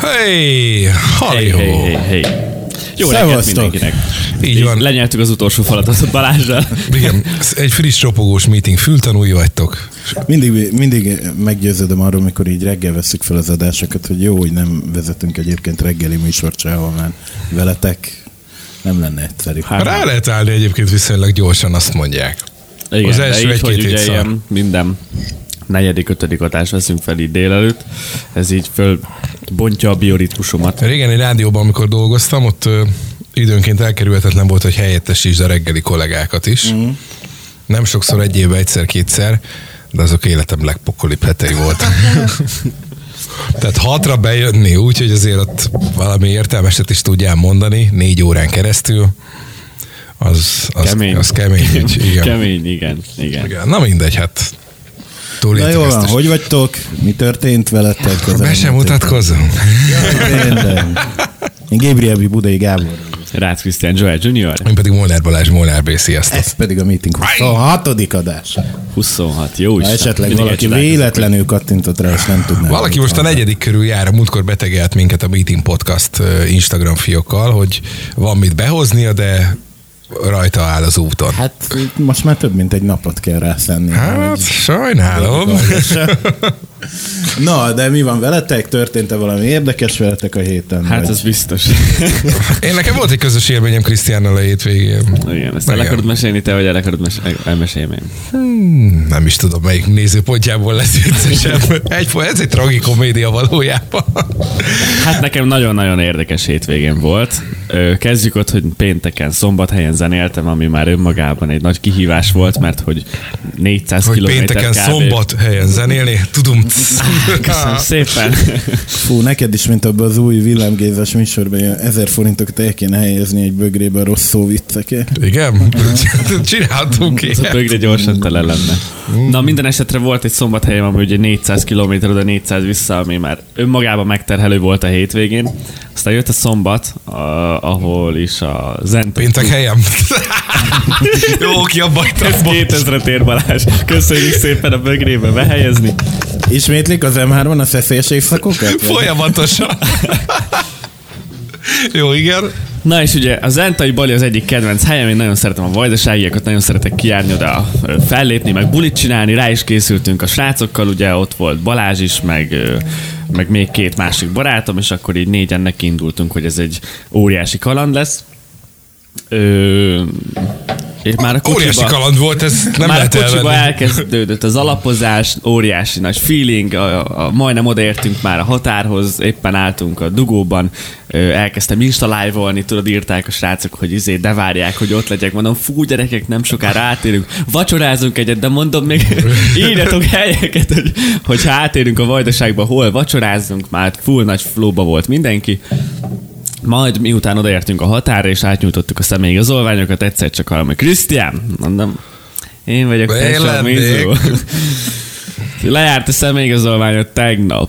Hey! Hey. Jó reggelt mindenkinek. Így van. Lenyeltük az utolsó falat Balázsral. Igen, egy friss ropogós meeting, fültanúi vagytok. Mindig meggyőződöm arról, amikor így reggel veszük fel az adásokat, hogy jó, hogy nem vezetünk egyébként reggeli műsort sehol, mert veletek nem lenne egyszerű. Rá lehet állni egyébként viszonylag gyorsan, azt mondják. Igen, az első egy-két hétszor. Minden 4.-5. adást veszünk fel így délelőtt. Ez így fölbontja a bioritmusomat. Régen egy rádióban, amikor dolgoztam, ott időnként elkerülhetetlen volt, hogy helyettesítsd a reggeli kollégákat is. Mm. Nem sokszor, egy évben egyszer-kétszer, de azok életem legpokolibb hetei volt. Tehát 6-ra bejönni úgy, hogy azért ott valami értelmeset is tudjál mondani 4 órán keresztül, az kemény. Igen. Kemény, igen. Na mindegy, hát na jó van, hogy vagytok? Mi történt veletek? Be sem mutatkozom. Én Gabriel Budai Gábor. Rácz Krisztián Joel Junior. Én pedig Molnár Balázs, Molnár B. Sziasztok. Ez pedig a meeting 26. adás. 26, jó is. Esetleg valaki véletlenül kattintott rá, és nem tudná. Valaki most a 4. körül jár, a múltkor betegelt minket a Meeting Podcast Instagram fiókkal, hogy van mit behoznia, de rajta áll az úton. Hát most már több mint egy napot kell rászenni. Hát sajnálom. Na, de mi van veletek? Történt-e valami érdekes veletek a héten? Hát ez biztos. Én nekem volt egy közös élményem Krisztiánnal a hétvégén. Igen, ezt el akarod mesélni te, vagy el akarod elmesélni én? Nem is tudom, melyik nézőpontjából lesz viccesebb. Ez egy tragikomédia valójában. Hát nekem nagyon-nagyon érdekes hétvégén volt. Kezdjük ott, hogy pénteken Szombathelyen zenéltem, ami már önmagában egy nagy kihívás volt, mert hogy 400 hogy kilométer pénteken kb. Szombathelyen zenélni, tudom. Köszönöm szépen. Fú, neked is, mint abban az új villámgézes műsorban, 1000 forintokat el kéne helyezni egy bögrébe a rossz szó vicceket. Igen? Csináltunk ilyet. A bögre gyorsan tele lenne. Na, minden esetre volt egy Szombathelyem, ami ugye 400 km oda, 400 vissza, ami már önmagában megterhelő volt a hétvégén. Aztán jött a szombat, ahol is a Zent... Péntek helyem? Jó, kiabajtam. Ez 2000-re ér, Balázs. Köszönjük szépen a bögrébe behelyezni. Ismétlik az M3-on a szeszélyes éjszakokat? Folyamatosan. Jó, igen. Na és ugye a Zentai Bali az egyik kedvenc helyem, én nagyon szeretem a vajdaságiakat, nagyon szeretek kijárni oda, fellépni, meg bulit csinálni, rá is készültünk a srácokkal, ugye ott volt Balázs is, meg még 2 másik barátom, és akkor így 4-en nekiindultunk, hogy ez egy óriási kaland lesz. És már a kocsiba, óriási kaland volt, ez nem már lehet a kocsiba elvenni. elkezdődött az alapozás, óriási nagy feeling, majdnem odaértünk már a határhoz, éppen álltunk a dugóban, elkezdtem instalive-olni, tudod, írták a srácok, hogy de várják, hogy ott legyek, mondom, fú gyerekek, nem sokára átérünk, vacsorázunk egyet, de mondom, még írjatok helyeket, hogy átérünk a Vajdaságba, hol vacsorázzunk, már full nagy flowba volt mindenki. Majd miután odaértünk a határra, és átnyújtottuk a személyigazolványokat, egyszer csak hallom, hogy Krisztián, mondom, én vagyok Tesó Mizó. Lejárt a személyigazolványot tegnap.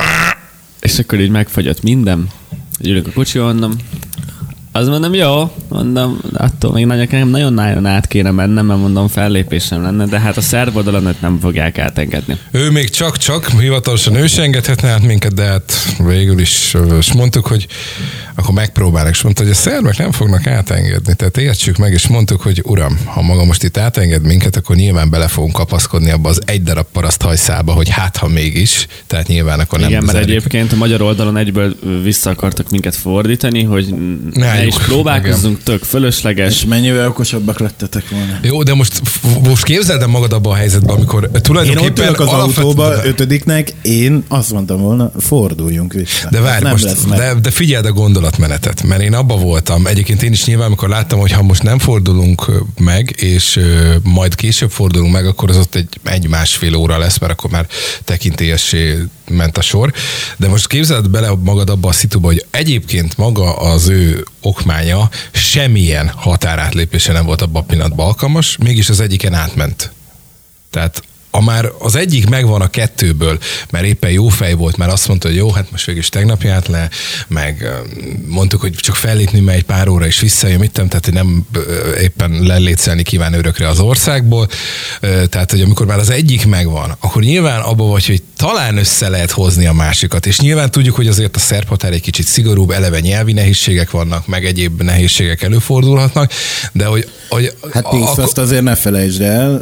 És akkor így megfagyott minden. Ülök a kocsiba, mondom, azt mondom, jó, mondom, attól még nagyon-nagyon át kéne mennem, mert mondom, fellépésem lenne, de hát a szerb oldalon nem fogják átengedni. Ő még csak hivatalosan ő se engedhetne át minket, de hát végül is mondtuk, hogy akkor megpróbálnak, és mondta, hogy a szerbek nem fognak átengedni. Tehát értsük meg, és mondtuk, hogy uram, ha maga most itt átenged minket, akkor nyilván bele fogunk kapaszkodni abba az egy darab paraszt hajszába, hogy hát ha mégis, tehát nyilván akkor nem. Igen, mert egyébként a magyar oldalon egyből vissza akartak minket fordítani, hogy ne is próbálkozzunk, tök fölösleges. És mennyivel okosabbak lettetek volna. Jó, de most képzeld el magad abban a helyzetben, amikor tulajdonképpen... Én ott ülök az autóba 5-nek, én azt mondtam volna, forduljunk vissza. De várj most, de figyeld a gondolatmenetet, mert én abba voltam. Egyébként én is nyilván, amikor láttam, hogy ha most nem fordulunk meg, és majd később fordulunk meg, akkor az ott egy másfél óra lesz, mert akkor már tekintélyessé ment a sor. De most képzeld bele magad abba a szituba, hogy egyébként maga az ő okmánya semmilyen határátlépése nem volt abban a pillanatban alkalmas, mégis az egyiken átment. Tehát már az egyik megvan a 2-ből, mert éppen jó fej volt, mert azt mondta, hogy jó, hát most végül is tegnap járt le, meg mondtuk, hogy csak fellépni, mert egy pár óra is visszajön, tehát hogy nem éppen lelétszelni kíván örökre az országból. Tehát, hogy amikor már az egyik megvan, akkor nyilván abban vagy, hogy talán össze lehet hozni a másikat. És nyilván tudjuk, hogy azért a szerb határ egy kicsit szigorúbb, eleve nyelvi nehézségek vannak, meg egyéb nehézségek előfordulhatnak, de hogy hát azt azért ne felejtsd el,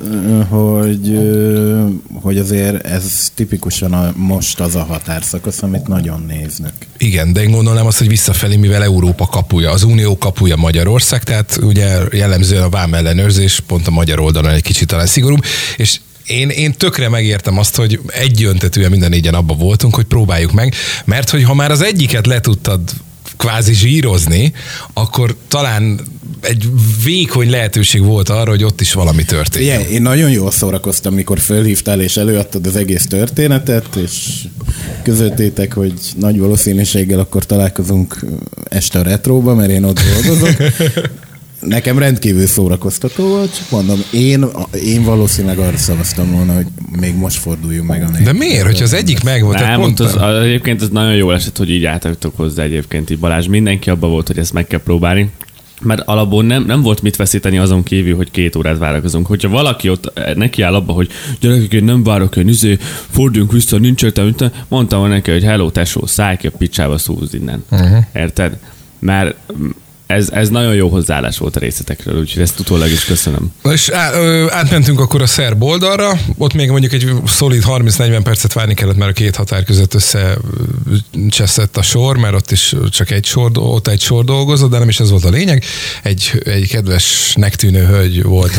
hogy azért ez tipikusan most az a határszakasz, amit nagyon néznek. Igen, de én gondolnám azt, hogy visszafelé, mivel Európa kapuja, az Unió kapuja Magyarország, tehát ugye jellemzően a vámellenőrzés pont a magyar oldalon egy kicsit talán szigorúbb, és én tökre megértem azt, hogy egyöntetűen minden négyen abba voltunk, hogy próbáljuk meg, mert hogy ha már az egyiket le tudtad kvázi zsírozni, akkor talán egy vékony lehetőség volt arra, hogy ott is valami történt. Igen, én nagyon jól szórakoztam, mikor fölhívtál és előadtad az egész történetet, és közöltétek, hogy nagy valószínűséggel akkor találkozunk este a Retróba, mert én ott dolgozok. Nekem rendkívül szórakoztató volt, csak mondom, én valószínűleg arra szavaztam volna, hogy még most forduljunk meg. De miért? Hogyha az egyik meg volt? Nem, egyébként ez nagyon jól esett, hogy így álltatok hozzá egyébként, így Balázs. Mindenki abban volt, hogy ezt meg kell próbálni. Mert alapból nem volt mit veszíteni azon kívül, hogy 2 órát várakozunk. Hogyha valaki ott nekiáll abba, hogy gyerekek, én nem várok, én forduljunk vissza, nincs értelme, mondtam volna neki, hogy hello, tesó, szállj ki a picsába, szúzz innen. Érted? Mert ez nagyon jó hozzáállás volt a részletekről, úgyhogy ezt utólag is köszönöm. Na és átmentünk akkor a szerb oldalra, ott még mondjuk egy szolid 30-40 percet várni kellett, mert a 2 határ között összecseszett a sor, mert ott is csak egy sor dolgozott, de nem is ez volt a lényeg. Egy kedvesnek tűnő hölgy volt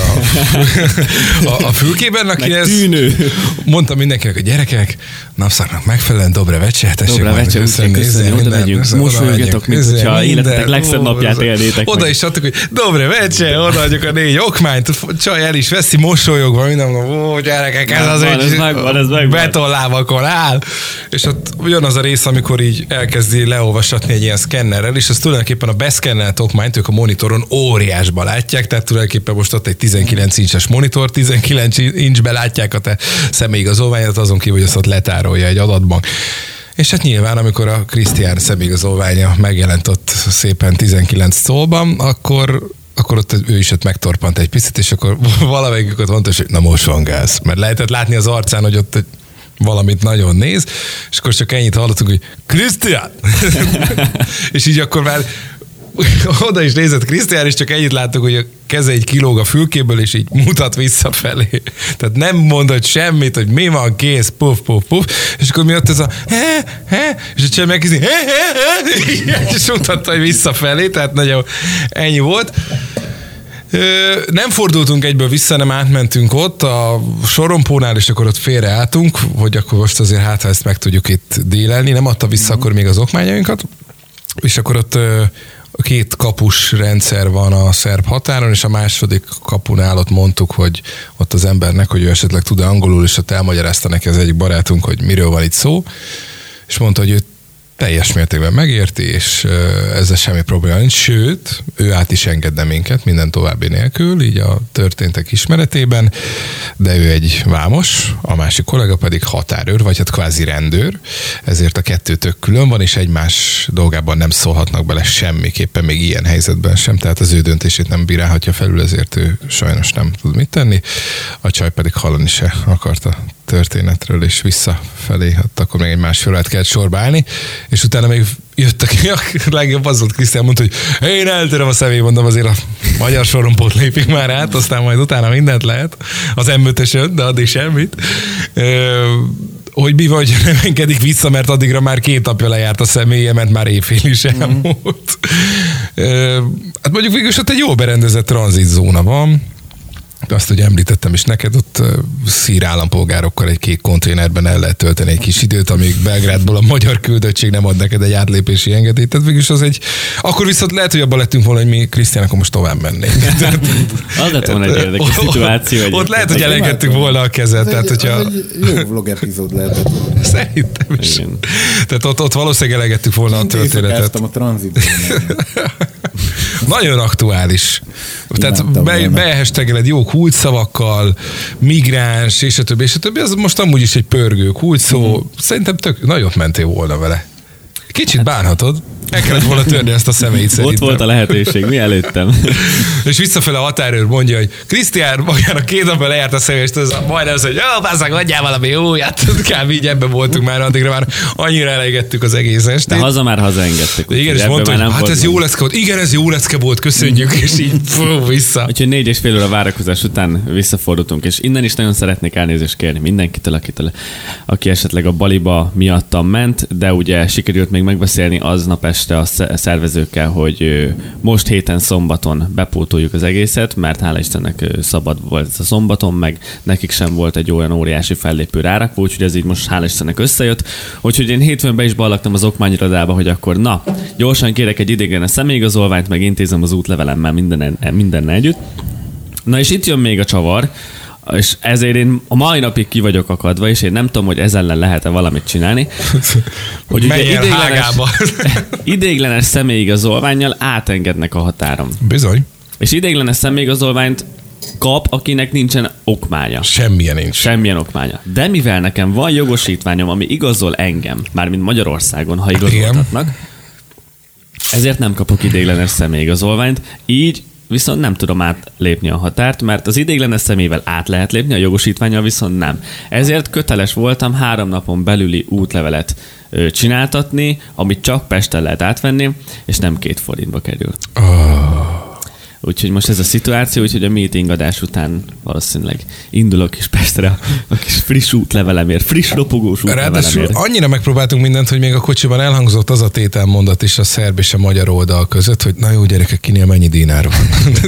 a fülkében, aki mondta mindenkinek, hogy gyerekek, napszaknak megfelelően Dobre Vecse, tessék majd köszönni, oda megyünk, mosolyogjatok, mint hogyha életetek legszebb napját élnétek. Oda is adtuk, hogy Dobre Vecse, odaadjuk a 4 okmányt, csaj el is veszi, mosolyogva, minden mondom, gyerekek, ez az egy betonlábakon áll. És ott jön az a rész, amikor így elkezdi leolvasatni egy ilyen szkennerrel, és az tulajdonképpen a beszkennelt okmányt ők a monitoron óriásba látják, tehát tulajdonképpen most ott egy 19 incses monitor, 19 incsbe látják a te személyigazolványat, azon kívül, hogy azt ott letárolja egy adatbank. És hát nyilván, amikor a Krisztián személyigazolványa megjelent ott szépen 19 szólban, akkor ott ő is ott megtorpant egy picit, és akkor valamelyikük ott mondta, hogy na most van gáz. Mert lehetett látni az arcán, hogy ott valamit nagyon néz, és akkor csak ennyit hallottunk, hogy Krisztián! És így akkor már oda is nézett Krisztián, és csak ennyit láttuk, hogy a keze egy kilóg a fülkéből, és így mutat visszafelé. Tehát nem mondott semmit, hogy mi van, kész, puf, puf, puf. És akkor mi ott ez a és a cseh megkérdezi, és mutatta, hogy visszafelé, tehát nagyon ennyi volt. Nem fordultunk egyből vissza, nem átmentünk ott a sorompónál, és akkor ott félreálltunk, hogy akkor most azért ha ezt meg tudjuk itt délelni. Nem adta vissza akkor még az okmányainkat, és akkor ott 2 kapus rendszer van a szerb határon, és a második kapunál ott mondtuk, hogy ott az embernek, hogy ő esetleg tud-e angolul, és ott elmagyarázta neki az egyik barátunk, hogy miről van itt szó, és mondta, hogy ő teljes mértékben megérti, és ezzel semmi probléma nincs, sőt, ő át is engedne minket minden további nélkül, így a történtek ismeretében, de ő egy vámos, a másik kollega pedig határőr, vagy hát kvázi rendőr, ezért a 2 tök külön van, és egymás dolgában nem szólhatnak bele semmiképpen, még ilyen helyzetben sem, tehát az ő döntését nem bírálhatja felül, ezért ő sajnos nem tud mit tenni. A csaj pedig hallani se akart a történetről, és visszafelé, hát akkor még egy másfél órát kellett sorba állni, és utána még jöttek, a legjobb az volt, Krisztián mondta, hogy én eltöröm a személy, mondom, azért a magyar sorompót lépik már át, aztán majd utána mindent lehet, az M5-ösön, de addig semmit. Hogy mi van, hogy nem engedik vissza, mert addigra már 2 napja lejárt a személye, mert már éjfél is elmúlt. Hát mondjuk végülis ott egy jól berendezett tranzitzóna van, azt ugye említettem is neked, ott szír állampolgárokkal egy kék konténerben el lehet tölteni egy kis időt, amíg Belgrádból a magyar küldöttség nem ad neked egy átlépési engedélyt. Tehát végülis az egy... Akkor viszont lehet, hogy abban lettünk volna, hogy mi Krisztián, akkor most tovább mennénk. Az lett volna egy érdekes szituáció. Ott lehet, hogy elengedtük volna a kezet. Tehát, hogyha... egy jó vlog epizód lehetett volna. Szerintem is. Tehát ott valószínűleg elengedtük volna a történetet. A tranzitban. Nagyon aktuális. Tehát behestegeled jó kulcsszavakkal, migráns, és a többi, és a többi. Az most amúgy is egy pörgő kulcsszó. Szerintem nagyot mentél volna vele. Kicsit bánhatod. El kellett volna törni ezt a személyt szerintem. Ott volt a lehetőség, mi előttem. És visszafele a határőr mondja, hogy Krisztián, magának 2 napja lejárt a személy, és majdnem az, hogy basszak, adjál valami újat. Kb. Így ebben voltunk már, addigra már annyira elegettük az egész estét. De már hazaengedtük. Igen, és mondta, hogy hát ez jó lecke volt. Igen, ez jó lecke volt, köszönjük, és így vissza. Úgyhogy 4,5 óra várakozás után visszafordultunk, és innen is nagyon szeretnék elnézést kérni mindenkitől, aki esetleg a Baliba miattam ment, de ugye sikerült még megbeszélni aznap este a szervezőkkel, hogy most héten szombaton bepótoljuk az egészet, mert hála Istennek szabad volt ez a szombaton, meg nekik sem volt egy olyan óriási fellépő rárakva, úgyhogy ez így most hála Istennek összejött. Úgyhogy én hétfőn be is ballagtam az okmányirodába, hogy akkor na, gyorsan kérek egy ideiglenes személyigazolványt, meg intézem az útlevelemmel minden együtt. Na és itt jön még a csavar, és ezért én a mai napig ki vagyok akadva, és én nem tudom, hogy ezzel ellen lehet-e valamit csinálni. Hogy ugye ideiglenes személyigazolvánnyal átengednek a határon. Bizony. És ideiglenes személyigazolványt kap, akinek nincsen okmánya. Semmilyen nincs. Semmilyen okmánya. De mivel nekem van jogosítványom, ami igazol engem, mármint Magyarországon, ha igazoltatnak, ezért nem kapok ideiglenes személyigazolványt, így viszont nem tudom átlépni a határt, mert az ideiglenes személyvel át lehet lépni, a jogosítvánnyal viszont nem. Ezért köteles voltam 3 napon belüli útlevelet csináltatni, amit csak Pesten lehet átvenni, és nem 2 forintba kerül. Úgyhogy most ez a szituáció, úgyhogy a meeting adás után valószínűleg indulok is Pestre a kis friss útlevelemért, friss ropogós útlevelemért. Ráadásul annyira megpróbáltunk mindent, hogy még a kocsiban elhangzott az a tételmondat is a szerb és a magyar oldal között, hogy na jó gyerekek, kinél mennyi dinár van.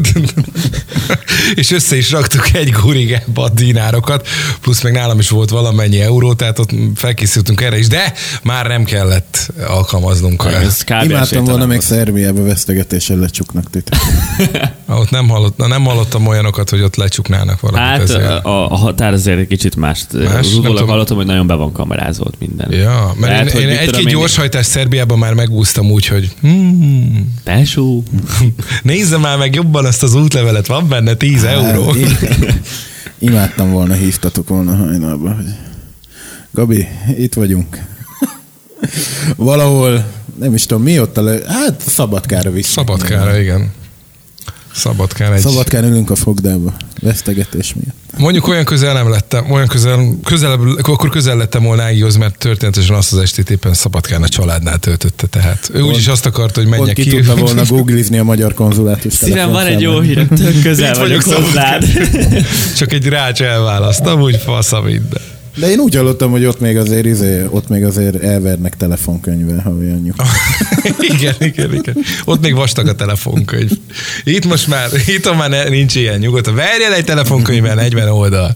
És össze is raktuk egy gurigába a dinárokat, plusz meg nálam is volt valamennyi euró, tehát ott felkészültünk erre is, de már nem kellett alkalmaznunk. Imádtam volna még Szerbiába vesztegetéssel lecsuknak titeket. Ott nem hallottam olyanokat, hogy ott lecsuknának valamit. Hát a határ azért egy kicsit más. Utólag hallottam, hogy nagyon be van kamerázolt minden. Ja, mert lehet, én egy-két gyorshajtás Szerbiában már megúsztam úgy, hogy Tesó. Nézze már meg jobban azt az útlevelet, van benne 10 euró. Imádtam volna, hívtatok volna hajnalba, hogy Gabi, itt vagyunk. Valahol, nem is tudom, mi ott hát Szabadkára vissza. Szabadkára, igen. Szabadkán ülünk a fogdába, vesztegetés miatt. Mondjuk olyan közel nem lettem, akkor közel lettem volna Ágihoz, mert történetesen azt az estét éppen Szabadkán a családnál töltötte, tehát ő úgyis azt akarta, hogy menjek ki. Ki tudta volna googlizni a magyar konzulátus telefonszámát. Szívem, van egy jó hírem, tök közel vagyok hozzád. Csak egy rács elválaszt, amúgy fasza minden. De én úgy hallottam, hogy ott még azért elvernek telefonkönyvvel, ha olyan nyug. igen. Ott még vastag a telefonkönyv. Itt már nincs ilyen nyugodt. Verjen egy telefonkönyvvel 40 oldal.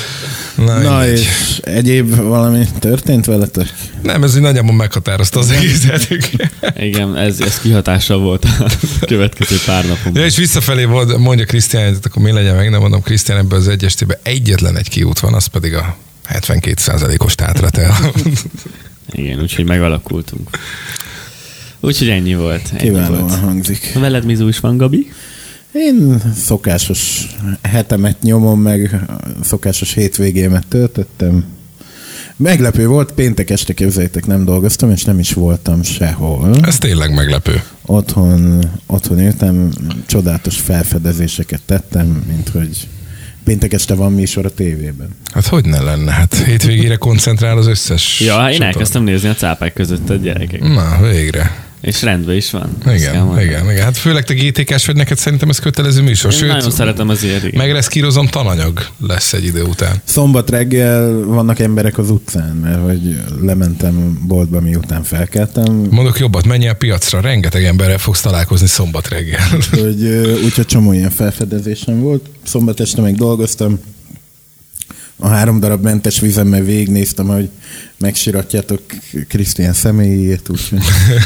Na és egyéb valami történt veletek? Nem, ez így nagyjából meghatározta az egészet. Igen, ez kihatással volt a következő pár napon. Ja, és visszafelé mondja Krisztián, hogy akkor mi legyen meg, nem mondom, Krisztián, ebben az egy estében egyetlen egy kiút van, az pedig a 72%-os Tátratel. Igen, úgyhogy megalakultunk. Úgyhogy ennyi volt. Kiválóan hangzik. Veled mizu is van, Gabi? Én szokásos hetemet nyomom, meg szokásos hétvégémet töltöttem. Meglepő volt, péntek este képzeljétek, nem dolgoztam, és nem is voltam sehol. Ez tényleg meglepő. Otthon éltem, csodálatos felfedezéseket tettem, mint hogy péntek este van műsor a tévében. Hát hogy ne lenne? Hát hétvégére koncentrál az összes... Ja, én elkezdtem nézni a cápák között a gyerekek. Na, végre. És rendben is van. Igen. Hát főleg te GTK-s vagy, neked szerintem ez kötelező műsor. Én nagyon szeretem az ilyet, igen. Megreszkírozom, tananyag lesz egy idő után. Szombat reggel vannak emberek az utcán, mert hogy lementem boltba, miután felkeltem. Mondok jobbat, menj el piacra, rengeteg emberrel fogsz találkozni szombat reggel. Úgyhogy csomó ilyen felfedezésem volt. Szombat este még dolgoztam. A 3 darab mentes vizemmel végignéztem, hogy megsiratjátok Krisztián személyét, úgyhogy...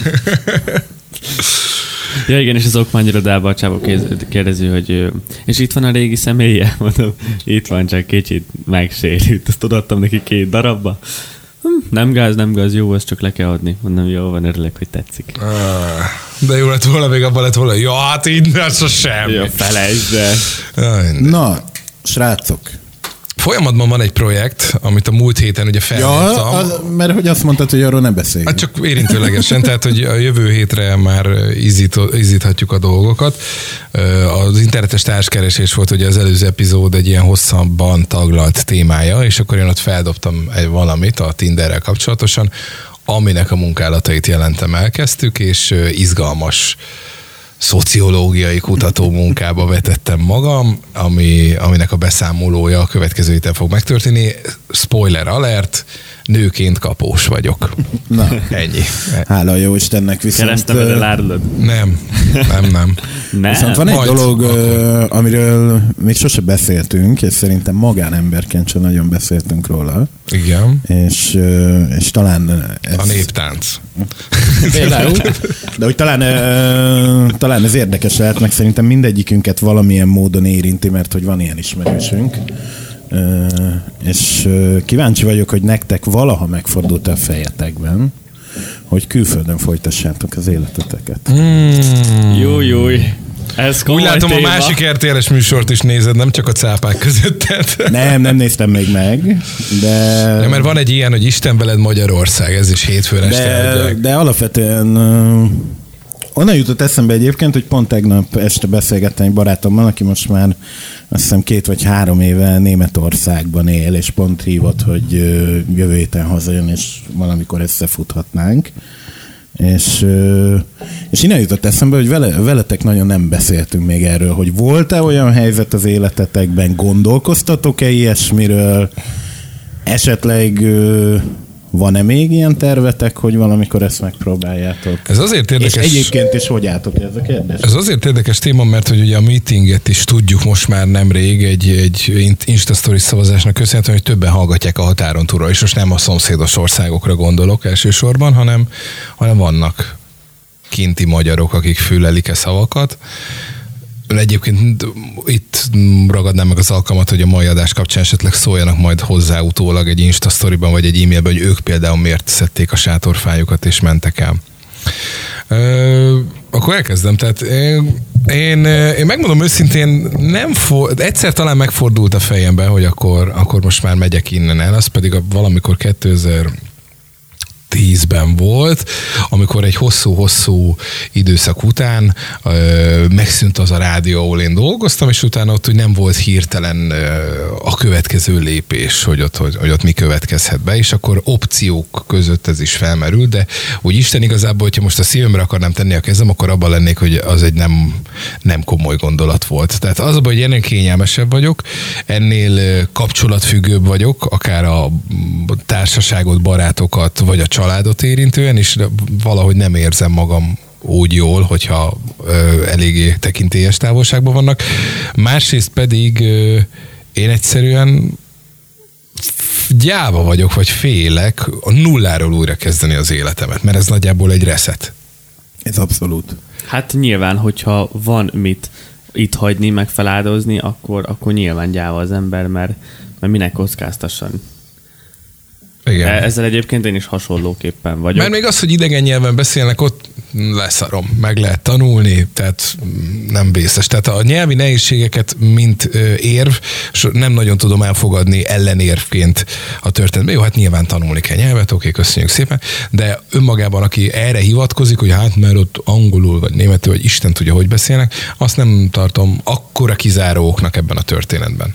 Ja igen, és az okmányirodában a csávó kérdezi, hogy és itt van a régi személye? Mondom, itt van, csak kicsit megsérült. Azt odaadtam neki 2 darabba. Nem gáz, jó, azt csak le kell adni. Mondom, jó van, örülök, hogy tetszik. De jó lett volna, még abban lett volna, ja, hát innen semmi. Ja, felejtsd el. Na, srácok. Folyamatban van egy projekt, amit a múlt héten ugye felhoztam. Mert hogy azt mondtad, hogy arról ne beszéljünk. Hát csak érintőlegesen, tehát hogy a jövő hétre már ízíthatjuk a dolgokat. Az internetes társkeresés volt ugye az előző epizód egy ilyen hosszabban taglalt témája, és akkor én ott feldobtam valamit a Tinderrel kapcsolatosan, aminek a munkálatait jelentem elkezdtük, és izgalmas szociológiai kutató munkába vetettem magam, aminek a beszámolója a következő héten fog megtörténni. Spoiler alert, nőként kapós vagyok. Na, ennyi. Hála jó Istennek, viszont... Keresztevedel árulod? Nem. Viszont van egy dolog, amiről még sose beszéltünk, és szerintem magánemberként sem nagyon beszéltünk róla. Igen. És talán... A néptánc. Például. De hogy talán ez érdekes lehet, meg szerintem mindegyikünket valamilyen módon érinti, mert hogy van ilyen ismerősünk. És kíváncsi vagyok, hogy nektek valaha megfordult a fejetekben, hogy külföldön folytassátok az életeteket. Júj. Ez úgy látom, téma. a másik RTL-es műsort is nézed, nem csak a cápák közöttet. Nem néztem még meg, de... Ja, mert van egy ilyen, hogy Isten veled Magyarország, ez is hétfőn este. De alapvetően onnan jutott eszembe egyébként, hogy pont tegnap este beszélgettem egy barátommal, aki most már azt hiszem 2 vagy 3 éve Németországban él, és pont hívott, hogy jövő héten hazajön, és valamikor összefuthatnánk. És innen jutott eszembe, hogy veletek nagyon nem beszéltünk még erről, hogy volt-e olyan helyzet az életetekben, gondolkoztatok-e ilyesmiről, esetleg van-e még ilyen tervetek, hogy valamikor ezt megpróbáljátok? Ez azért érdekes. És egyébként is hogy álltok ez a kérdés? Ez azért érdekes téma, mert hogy ugye a meetinget is tudjuk most már nemrég egy Instastory szavazásnak köszönhetően, hogy többen hallgatják a határon túlra, és most nem a szomszédos országokra gondolok elsősorban, hanem vannak kinti magyarok, akik fülelik szavakat. Egyébként itt ragadnám meg az alkalmat, hogy a mai adás kapcsán esetleg szóljanak majd hozzá utólag egy Insta sztoriban, vagy egy e-mailben, hogy ők például miért szedték a sátorfájukat és mentek el. Akkor elkezdem. Tehát én megmondom őszintén, egyszer talán megfordult a fejemben, hogy akkor most már megyek innen el, az pedig valamikor 2010-ben volt, amikor egy hosszú-hosszú időszak után megszűnt az a rádió, ahol én dolgoztam, és utána ott úgy nem volt hirtelen a következő lépés, hogy ott mi következhet be, és akkor opciók között ez is felmerült, de úgy Isten igazából, hogyha most a szívemre akarnám tenni a kezem, akkor abban lennék, hogy az egy nem komoly gondolat volt. Tehát az abban, hogy ennél kényelmesebb vagyok, ennél kapcsolatfüggőbb vagyok, akár a társaságot, barátokat, vagy a családot érintően, és valahogy nem érzem magam úgy jól, hogyha eléggé tekintélyes távolságban vannak. Másrészt pedig én egyszerűen gyáva vagyok, vagy félek a nulláról újra kezdeni az életemet, mert ez nagyjából egy reset. Ez abszolút. Hát nyilván, hogyha van mit itt hagyni, meg feláldozni, akkor nyilván gyáva az ember, mert minek kockáztasson. Igen. Ezzel egyébként én is hasonlóképpen vagyok. Mert még az, hogy idegen nyelven beszélnek, ott leszarom, meg lehet tanulni, tehát nem vészes. Tehát a nyelvi nehézségeket, mint érv, nem nagyon tudom elfogadni ellenérvként a történetben. Jó, hát nyilván tanulni kell nyelvet, oké, köszönjük szépen, de önmagában, aki erre hivatkozik, hogy hát mert ott angolul, vagy németül, vagy Isten tudja, hogy beszélnek, azt nem tartom akkora kizáróknak ebben a történetben.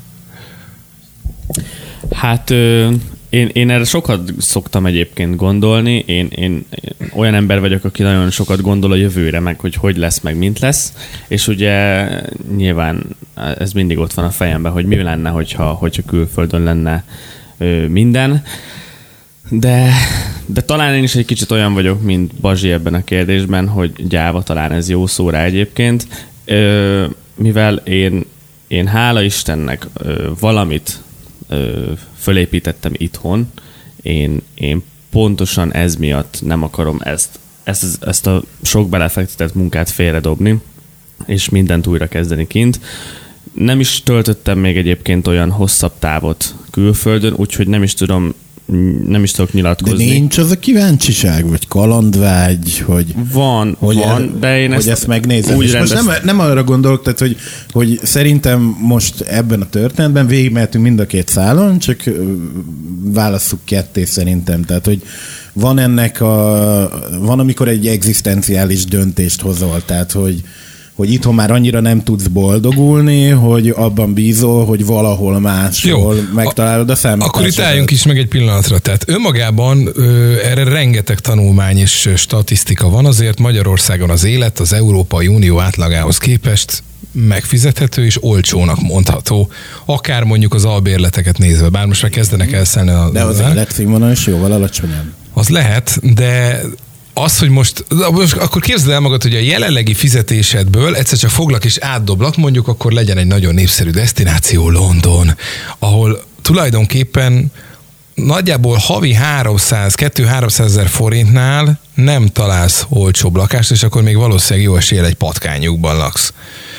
Hát én erre sokat szoktam egyébként gondolni. Én olyan ember vagyok, aki nagyon sokat gondol a jövőre, meg hogy lesz, meg mint lesz. És ugye nyilván ez mindig ott van a fejemben, hogy mi lenne, hogyha külföldön lenne minden. De talán én is egy kicsit olyan vagyok, mint Bazsi ebben a kérdésben, hogy gyáva, talán ez jó szó rá egyébként. Mivel én hála Istennek valamit fölépítettem itthon, én pontosan ez miatt nem akarom ezt a sok belefektetett munkát félredobni, és mindent újra kezdeni kint. Nem is töltöttem még egyébként olyan hosszabb távot külföldön, úgyhogy nem is tudom nem is tudok nyilatkozni. De nincs az a kíváncsiság, vagy kalandvágy, hogy... Van, de én hogy ezt megnézem. Úgy most nem arra gondolok, tehát, hogy szerintem most ebben a történetben végigmehetünk mind a két szálon, csak válasszuk ketté szerintem. Tehát, hogy van amikor egy egzisztenciális döntést hozol, tehát, hogy itthon már annyira nem tudsz boldogulni, hogy abban bízol, hogy valahol máshol megtalálod a számításodat. Akkor itt álljunk is meg egy pillanatra. Tehát önmagában erre rengeteg tanulmány és statisztika van, azért Magyarországon az élet az Európai Unió átlagához képest megfizethető és olcsónak mondható. Akár mondjuk az albérleteket nézve, bár most már kezdenek elszállni. De az életszínvonal is jóval alacsonyabb. Az lehet, de az, hogy most akkor képzeld el magad, hogy a jelenlegi fizetésedből egyszer csak foglak és átdoblak, mondjuk akkor legyen egy nagyon népszerű desztináció London, ahol tulajdonképpen nagyjából havi 200-300 ezer forintnál nem találsz olcsóbb lakást, és akkor még valószínűleg jó eséllyel egy patkányukban laksz.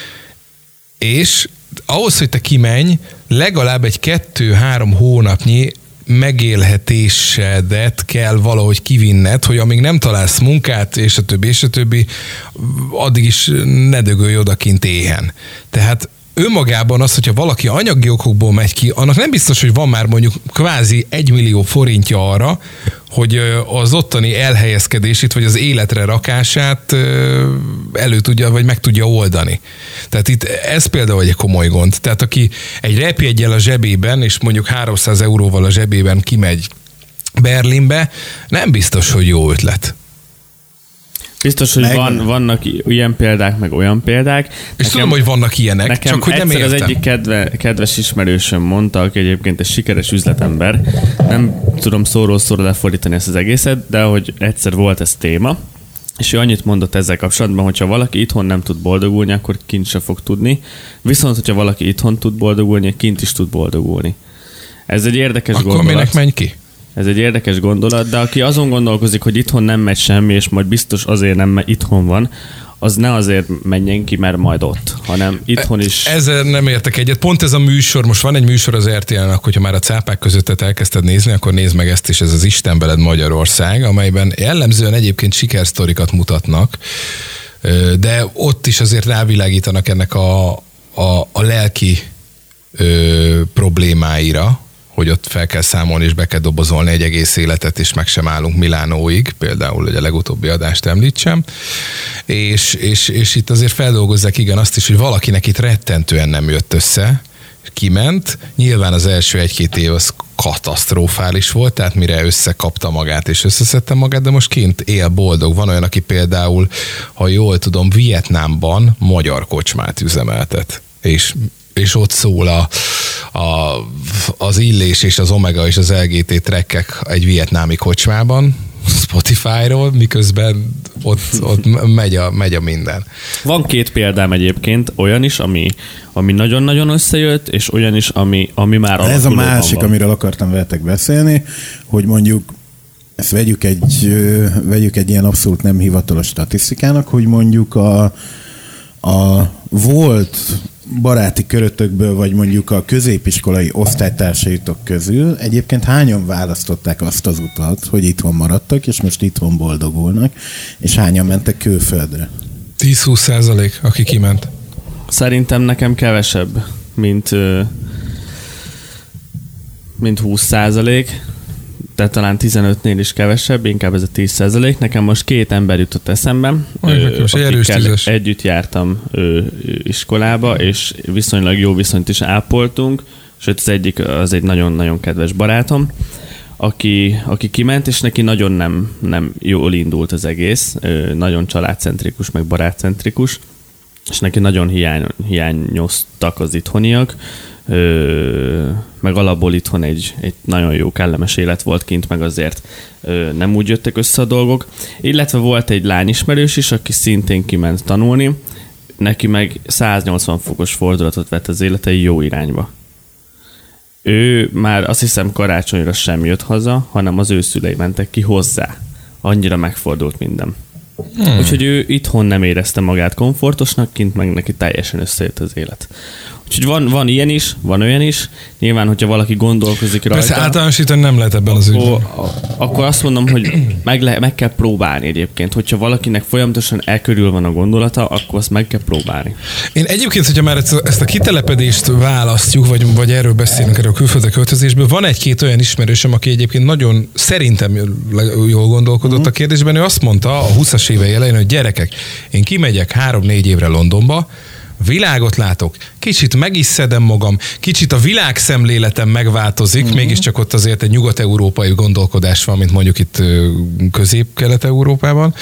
És ahhoz, hogy te kimenj, legalább egy 2-3 hónapnyi megélhetésedet kell valahogy kivinned, hogy amíg nem találsz munkát, és a többi, addig is ne dögölj odakint éhen. Tehát önmagában az, hogyha valaki anyagi okokból megy ki, annak nem biztos, hogy van már mondjuk kvázi 1 millió forintja arra, hogy az ottani elhelyezkedését, vagy az életre rakását elő tudja, vagy meg tudja oldani. Tehát itt ez például egy komoly gond. Tehát aki egy repjeggyel a zsebében, és mondjuk 300 euróval a zsebében kimegy Berlinbe, nem biztos, hogy jó ötlet. Biztos, hogy vannak ilyen példák, meg olyan példák. És tudom, hogy vannak ilyenek, csak hogy nem értem. Az egyik kedves ismerősöm mondta, aki egyébként egy sikeres üzletember, nem tudom szóról szóra lefordítani ezt az egészet, de hogy egyszer volt ez téma, és ő annyit mondott ezzel kapcsolatban, hogyha valaki itthon nem tud boldogulni, akkor kint se fog tudni, viszont hogyha valaki itthon tud boldogulni, kint is tud boldogulni. Ez egy érdekes gondolat. Akkor minek menj ki? Ez egy érdekes gondolat, de aki azon gondolkozik, hogy itthon nem megy semmi, és majd biztos azért nem itthon van, az ne azért menjen ki, mert majd ott, hanem itthon is. Ezzel nem értek egyet. Pont ez a műsor, most van egy műsor az RTL-nak, hogyha már a cápák közöttet elkezdted nézni, akkor nézd meg ezt is, ez az Istenbeled Magyarország, amelyben jellemzően egyébként sikersztorikat mutatnak, de ott is azért rávilágítanak ennek a lelki problémáira, hogy ott fel kell számolni és be kell dobozolni egy egész életet, és meg sem állunk Milánóig, például, hogy a legutóbbi adást említsem. És itt azért feldolgozzák igen azt is, hogy valakinek itt rettentően nem jött össze, kiment. Nyilván az első 1-2 év az katasztrofális volt, tehát mire összekapta magát és összeszedte magát, de most kint él boldog. Van olyan, aki például, ha jól tudom, Vietnámban magyar kocsmát üzemeltet. És ott szól az Illés és az Omega és az LGT trekkek egy vietnámi kocsmában, Spotify-ról, miközben ott megy a minden. Van 2 példám egyébként, olyan is, ami nagyon-nagyon összejött, és olyan is, ami már alakulóban. Ez a másik, amiről akartam veletek beszélni, hogy mondjuk ezt vegyük egy ilyen abszolút nem hivatalos statisztikának, hogy mondjuk a volt baráti körötökből, vagy mondjuk a középiskolai osztálytársaitok közül egyébként hányan választották azt az utat, hogy itthon maradtak, és most itthon boldogulnak, és hányan mentek külföldre? 10-20%, aki kiment. Szerintem nekem kevesebb, mint 20%, de talán 15-nél is kevesebb, inkább ez a 10%. Nekem most 2 ember jutott eszembe, akikkel együtt jártam iskolába, és viszonylag jó viszonyt is ápoltunk, sőt az egyik az egy nagyon-nagyon kedves barátom, aki kiment, és neki nagyon nem jól indult az egész, nagyon családcentrikus, meg barátcentrikus, és neki nagyon hiányoztak az itthoniak, meg alapból itthon egy nagyon jó, kellemes élet volt kint, meg azért nem úgy jöttek össze a dolgok. Illetve volt egy lányismerős is, aki szintén kiment tanulni, neki meg 180 fokos fordulatot vett az élete jó irányba. Ő már azt hiszem karácsonyra sem jött haza, hanem az ő szülei mentek ki hozzá. Annyira megfordult minden. Úgyhogy ő itthon nem érezte magát komfortosnak, kint meg neki teljesen összejött az élet. Úgyhogy van ilyen is, van olyan is. Nyilván, hogyha valaki gondolkozik rajta. Persze általánosítani nem lehet ebben az ügyben. Akkor azt mondom, hogy meg kell próbálni egyébként. Hogyha valakinek folyamatosan elkörül van a gondolata, akkor azt meg kell próbálni. Én egyébként, hogyha már ezt a kitelepedést választjuk, vagy erről beszélünk, erről a külföldre költözésből, van egy-két olyan ismerősöm, aki egyébként nagyon szerintem jól gondolkodott a kérdésben. Ő azt mondta a 20-as évei elején, hogy gyerekek, én kimegyek 3-4 évre Londonba, világot látok, kicsit meg is szedem magam, kicsit a világszemléletem megváltozik, mégiscsak ott azért egy nyugat-európai gondolkodás van, mint mondjuk itt közép-kelet-európában,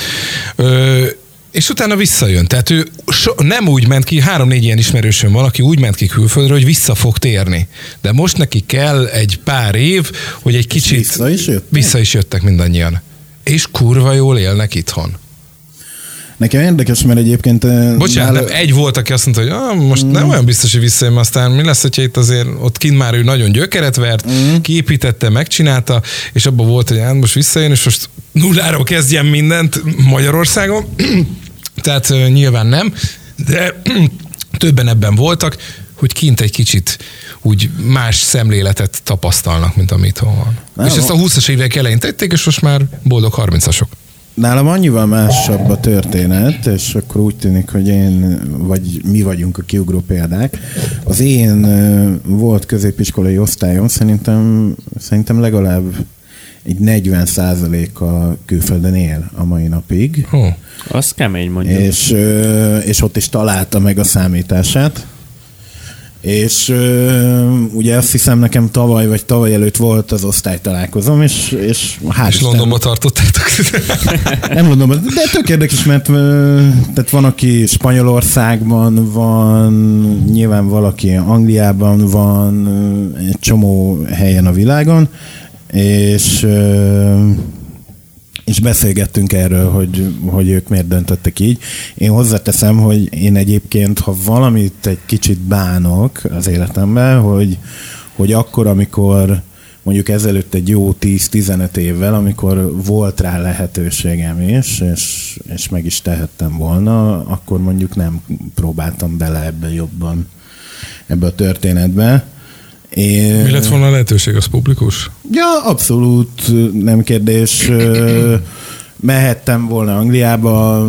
és utána visszajön. Tehát ő nem úgy ment ki, 3-4 ilyen ismerősöm van, aki úgy ment ki külföldre, hogy vissza fog térni. De most neki kell egy pár év, hogy egy kicsit... Vissza is jöttek mindannyian. És kurva jól élnek itthon. Nekem érdekes, mert egyébként... Bocsánat, nem, egy volt, aki azt mondta, hogy most nem olyan biztos, hogy visszajön, aztán mi lesz, hogyha itt azért ott kint már ő nagyon gyökeret vert, kiépítette, megcsinálta, és abban volt, hogy most visszajön, és most nulláról kezdjen mindent Magyarországon. Tehát nyilván nem, de többen ebben voltak, hogy kint egy kicsit úgy más szemléletet tapasztalnak, mint amit itthon van. És ezt a 20-as évek elején tették, és most már boldog 30-asok. Nálam annyival másabb a történet, és akkor úgy tűnik, hogy vagy mi vagyunk a kiugró példák. Az én volt középiskolai osztályom szerintem legalább egy 40%-a külföldön él a mai napig. Az kemény, mondjuk. És ott is találta meg a számítását. És ugye azt hiszem nekem tavaly vagy tavaly előtt volt az osztálytalálkozom, és Londonba tartottátok? Nem Londonban, de tök érdekes, mert tehát van, aki Spanyolországban van, nyilván valaki Angliában van, egy csomó helyen a világon, és beszélgettünk erről, hogy ők miért döntöttek így. Én hozzáteszem, hogy én egyébként, ha valamit egy kicsit bánok az életemben, hogy akkor, amikor mondjuk ezelőtt egy jó 10-15 évvel, amikor volt rá lehetőségem is, és meg is tehettem volna, akkor mondjuk nem próbáltam bele ebbe jobban, ebbe a történetbe. Mi lett volna a lehetőség, az publikus? Ja, abszolút nem kérdés. Mehettem volna Angliába,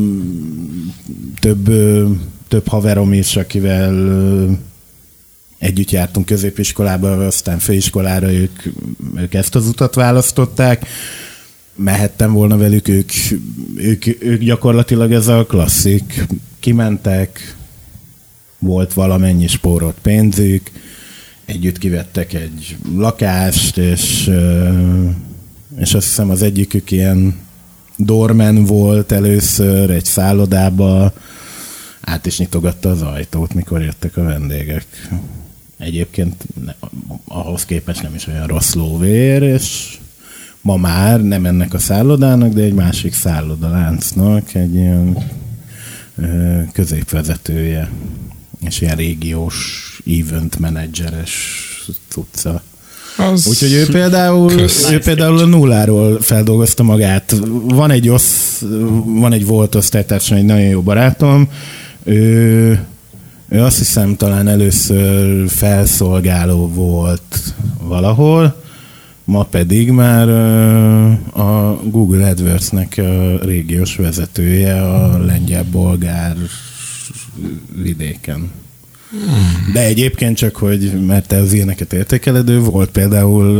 több haverom is, akivel együtt jártunk középiskolába, aztán főiskolára ők ezt az utat választották. Mehettem volna velük, ők gyakorlatilag ez a klasszik. Kimentek, volt valamennyi spórolt pénzük, együtt kivettek egy lakást, és azt hiszem az egyikük ilyen doorman volt először egy szállodába, át is nyitogatta az ajtót, mikor jöttek a vendégek. Egyébként ahhoz képest nem is olyan rossz lóvér, és ma már nem ennek a szállodának, de egy másik szállodaláncnak egy ilyen középvezetője, és ilyen régiós event menedzseres cucca. Úgyhogy ő például a nulláról feldolgozta magát. Van egy volt osztálytársam, egy nagyon jó barátom, ő azt hiszem talán először felszolgáló volt valahol, ma pedig már a Google AdWords-nek a régiós vezetője a lengyel-bolgár vidéken. De egyébként csak, hogy mert te az ilyeneket értékeled, volt például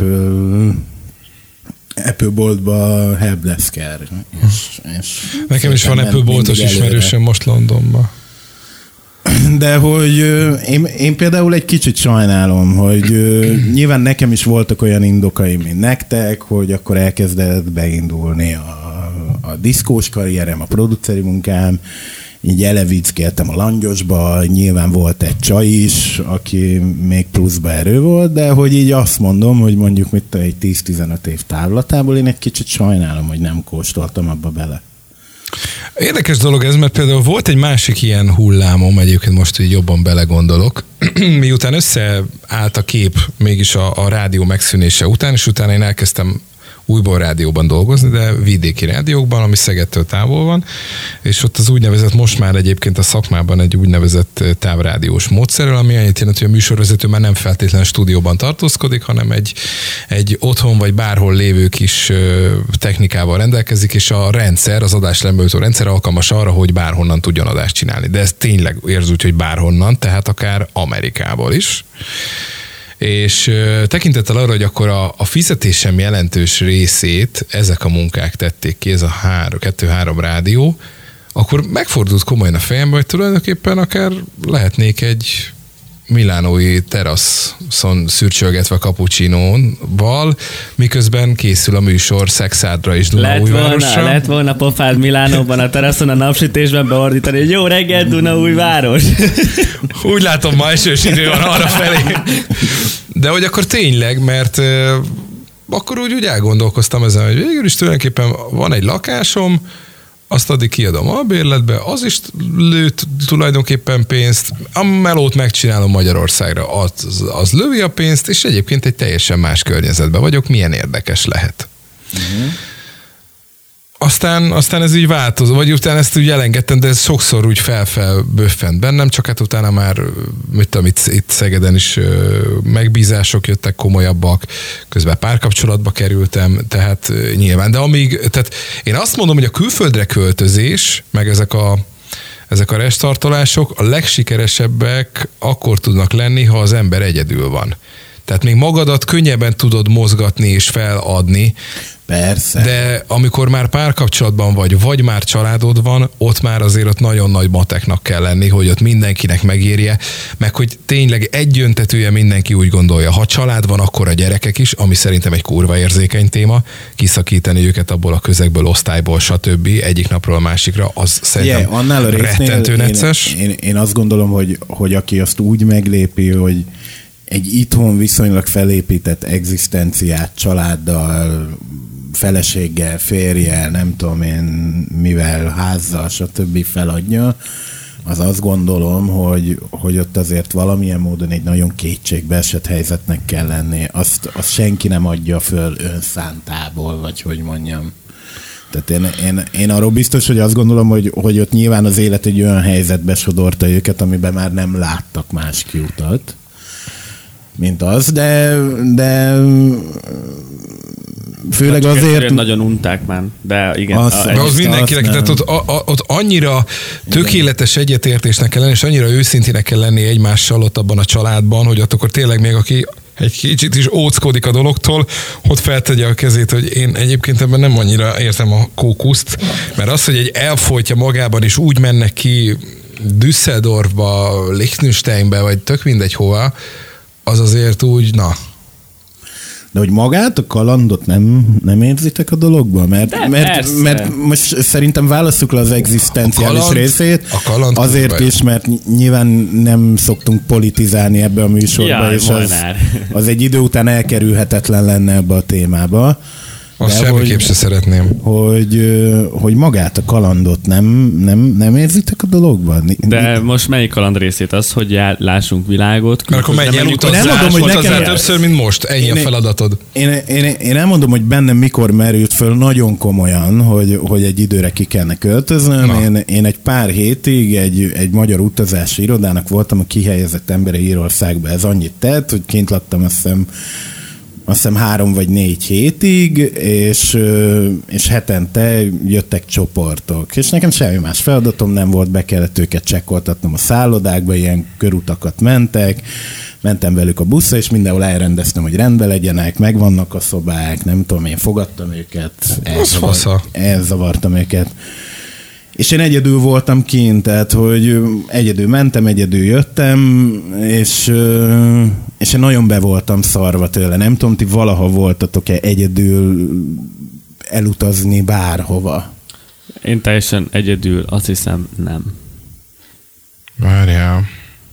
Apple boltban helpdesker. Nekem is van Apple boltos ismerősöm most Londonban. De hogy én például egy kicsit sajnálom, hogy nyilván nekem is voltak olyan indokaim, mint nektek, hogy akkor elkezdett beindulni a diszkós karrierem, a produceri munkám, így elevickeltem a langyosba, nyilván volt egy csaj is, aki még pluszba erő volt, de hogy így azt mondom, hogy mondjuk egy 10-15 év távlatából én egy kicsit sajnálom, hogy nem kóstoltam abba bele. Érdekes dolog ez, mert például volt egy másik ilyen hullámom, egyébként most így jobban belegondolok, miután összeállt a kép mégis a rádió megszűnése után, és utána én elkezdtem újból rádióban dolgozni, de vidéki rádiókban, ami Szegedtől távol van, és ott az úgynevezett, most már egyébként a szakmában egy úgynevezett távrádiós módszerrel, ami annyit jelent, hogy a műsorvezető már nem feltétlenül stúdióban tartózkodik, hanem egy otthon vagy bárhol lévő kis technikával rendelkezik, és a rendszer, az adás lebonyolító rendszer alkalmas arra, hogy bárhonnan tudjon adást csinálni. De ez tényleg érz úgy, hogy bárhonnan, tehát akár Amerikából is. És tekintettel arra, hogy akkor a fizetésem jelentős részét ezek a munkák tették ki, ez a 2-3 rádió, akkor megfordult komolyan a fejembe, hogy tulajdonképpen akár lehetnék egy milánói teraszon szürcsölgetve cappuccinóval, miközben készül a műsor Szexádra és Dunaújvárosra. Lehet volna pofád Milánóban a teraszon a napsütésben beordítani, hogy jó reggel Dunaújváros. Úgy látom, ma esős idő van arra felé. De hogy akkor tényleg, mert akkor úgy elgondolkoztam ezen, hogy végül is tulajdonképpen van egy lakásom, azt addig kiadom a bérletbe, az is lőtt tulajdonképpen pénzt, a melót megcsinálom Magyarországra, az lövi a pénzt, és egyébként egy teljesen más környezetben vagyok, milyen érdekes lehet. Uh-huh. Aztán ez így változó, vagy utána ezt úgy elengedtem, de ez sokszor úgy felböffent bennem, csak hát utána már, itt Szegeden is megbízások jöttek komolyabbak, közben párkapcsolatba kerültem, tehát nyilván, de tehát én azt mondom, hogy a külföldre költözés, meg ezek a restartolások a legsikeresebbek akkor tudnak lenni, ha az ember egyedül van. Tehát még magadat könnyebben tudod mozgatni és feladni. Persze. De amikor már párkapcsolatban vagy már családod van, ott már azért ott nagyon nagy mateknak kell lenni, hogy ott mindenkinek megérje, meg hogy tényleg egyöntetűen mindenki úgy gondolja, ha család van, akkor a gyerekek is, ami szerintem egy kurva érzékeny téma, kiszakítani őket abból a közegből, osztályból, stb. Egyik napról a másikra, az szerintem annál a rettentő necces. Én azt gondolom, hogy aki azt úgy meglépi, hogy egy itthon viszonylag felépített egzisztenciát családdal, feleséggel, férjel, nem tudom én mivel, házzal, stb. Feladja, az azt gondolom, hogy ott azért valamilyen módon egy nagyon kétségbeesett helyzetnek kell lenni. Azt senki nem adja föl önszántából, vagy hogy mondjam. Tehát én arról biztos, hogy azt gondolom, hogy ott nyilván az élet egy olyan helyzetbe sodorta őket, amiben már nem láttak más kiutat, mint az, de főleg azért... Nagyon unták már, de igen. Az mindenkinek, tehát ott annyira tökéletes egyetértésnek kell lenni, és annyira őszintének kell lenni egymással ott abban a családban, hogy ott akkor tényleg még aki egy kicsit is óckodik a dologtól, ott feltegye a kezét, hogy én egyébként ebben nem annyira értem a kókuszt, mert az, hogy egy elfolytja magában, és úgy mennek ki Düsseldorfba, Liechtensteinbe, vagy tök mindegy hova, az azért úgy, na. De hogy magát, a kalandot nem érzitek a dologba? Mert most szerintem válasszuk le az egzisztenciális részét. Azért is, mert nyilván nem szoktunk politizálni ebbe a műsorba, és az egy idő után elkerülhetetlen lenne ebbe a témába. Azt semmiképp se szeretném. Hogy magát a kalandot nem érzitek a dologban? De most melyik kaland részét? Az, hogy lássunk világot? Mert akkor menjen utazzál többször, mint most. Ennyi a feladatod. Én elmondom, hogy bennem mikor merült föl nagyon komolyan, hogy egy időre ki kellene költöznöm. Én egy pár hétig egy magyar utazási irodának voltam a kihelyezett embere Írországba. Ez annyit tett, hogy kint laktam azt hiszem 3 vagy 4 hétig, és hetente jöttek csoportok. És nekem semmi más feladatom nem volt, be kellett őket csekkoltatnom a szállodákba, ilyen körutakat mentem velük a buszra, és mindenhol elrendeztem, hogy rendben legyenek, megvannak a szobák, nem tudom, én fogadtam őket, elzavartam őket. És én egyedül voltam kint, tehát, hogy egyedül mentem, egyedül jöttem, és én nagyon be voltam szarva tőle. Nem tudom, ti valaha voltatok-e egyedül elutazni bárhova? Én teljesen egyedül, azt hiszem, nem. Várjál.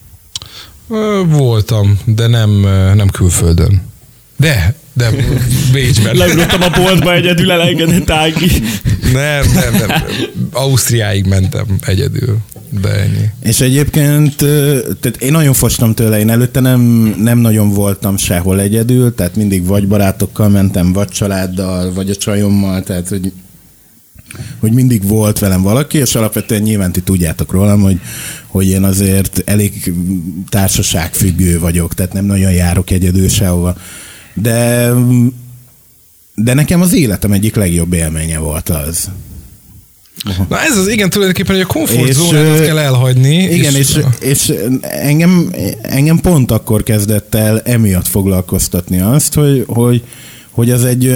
Voltam, de nem külföldön. De Bécsben. Leugrottam a boltba egyedül, elengedett Ági. Nem. Ausztriáig mentem egyedül. De ennyi. És egyébként tehát én nagyon fostam tőle, én előtte nem nagyon voltam sehol egyedül, tehát mindig vagy barátokkal mentem, vagy családdal, vagy a csajommal, tehát hogy mindig volt velem valaki, és alapvetően nyilván ti tudjátok rólam, hogy én azért elég társaságfüggő vagyok, tehát nem nagyon járok egyedül sehova. De nekem az életem egyik legjobb élménye volt az. Na ez az, igen, tulajdonképpen, hogy a komfortzónát kell elhagyni. Igen, és engem pont akkor kezdett el emiatt foglalkoztatni azt, hogy az egy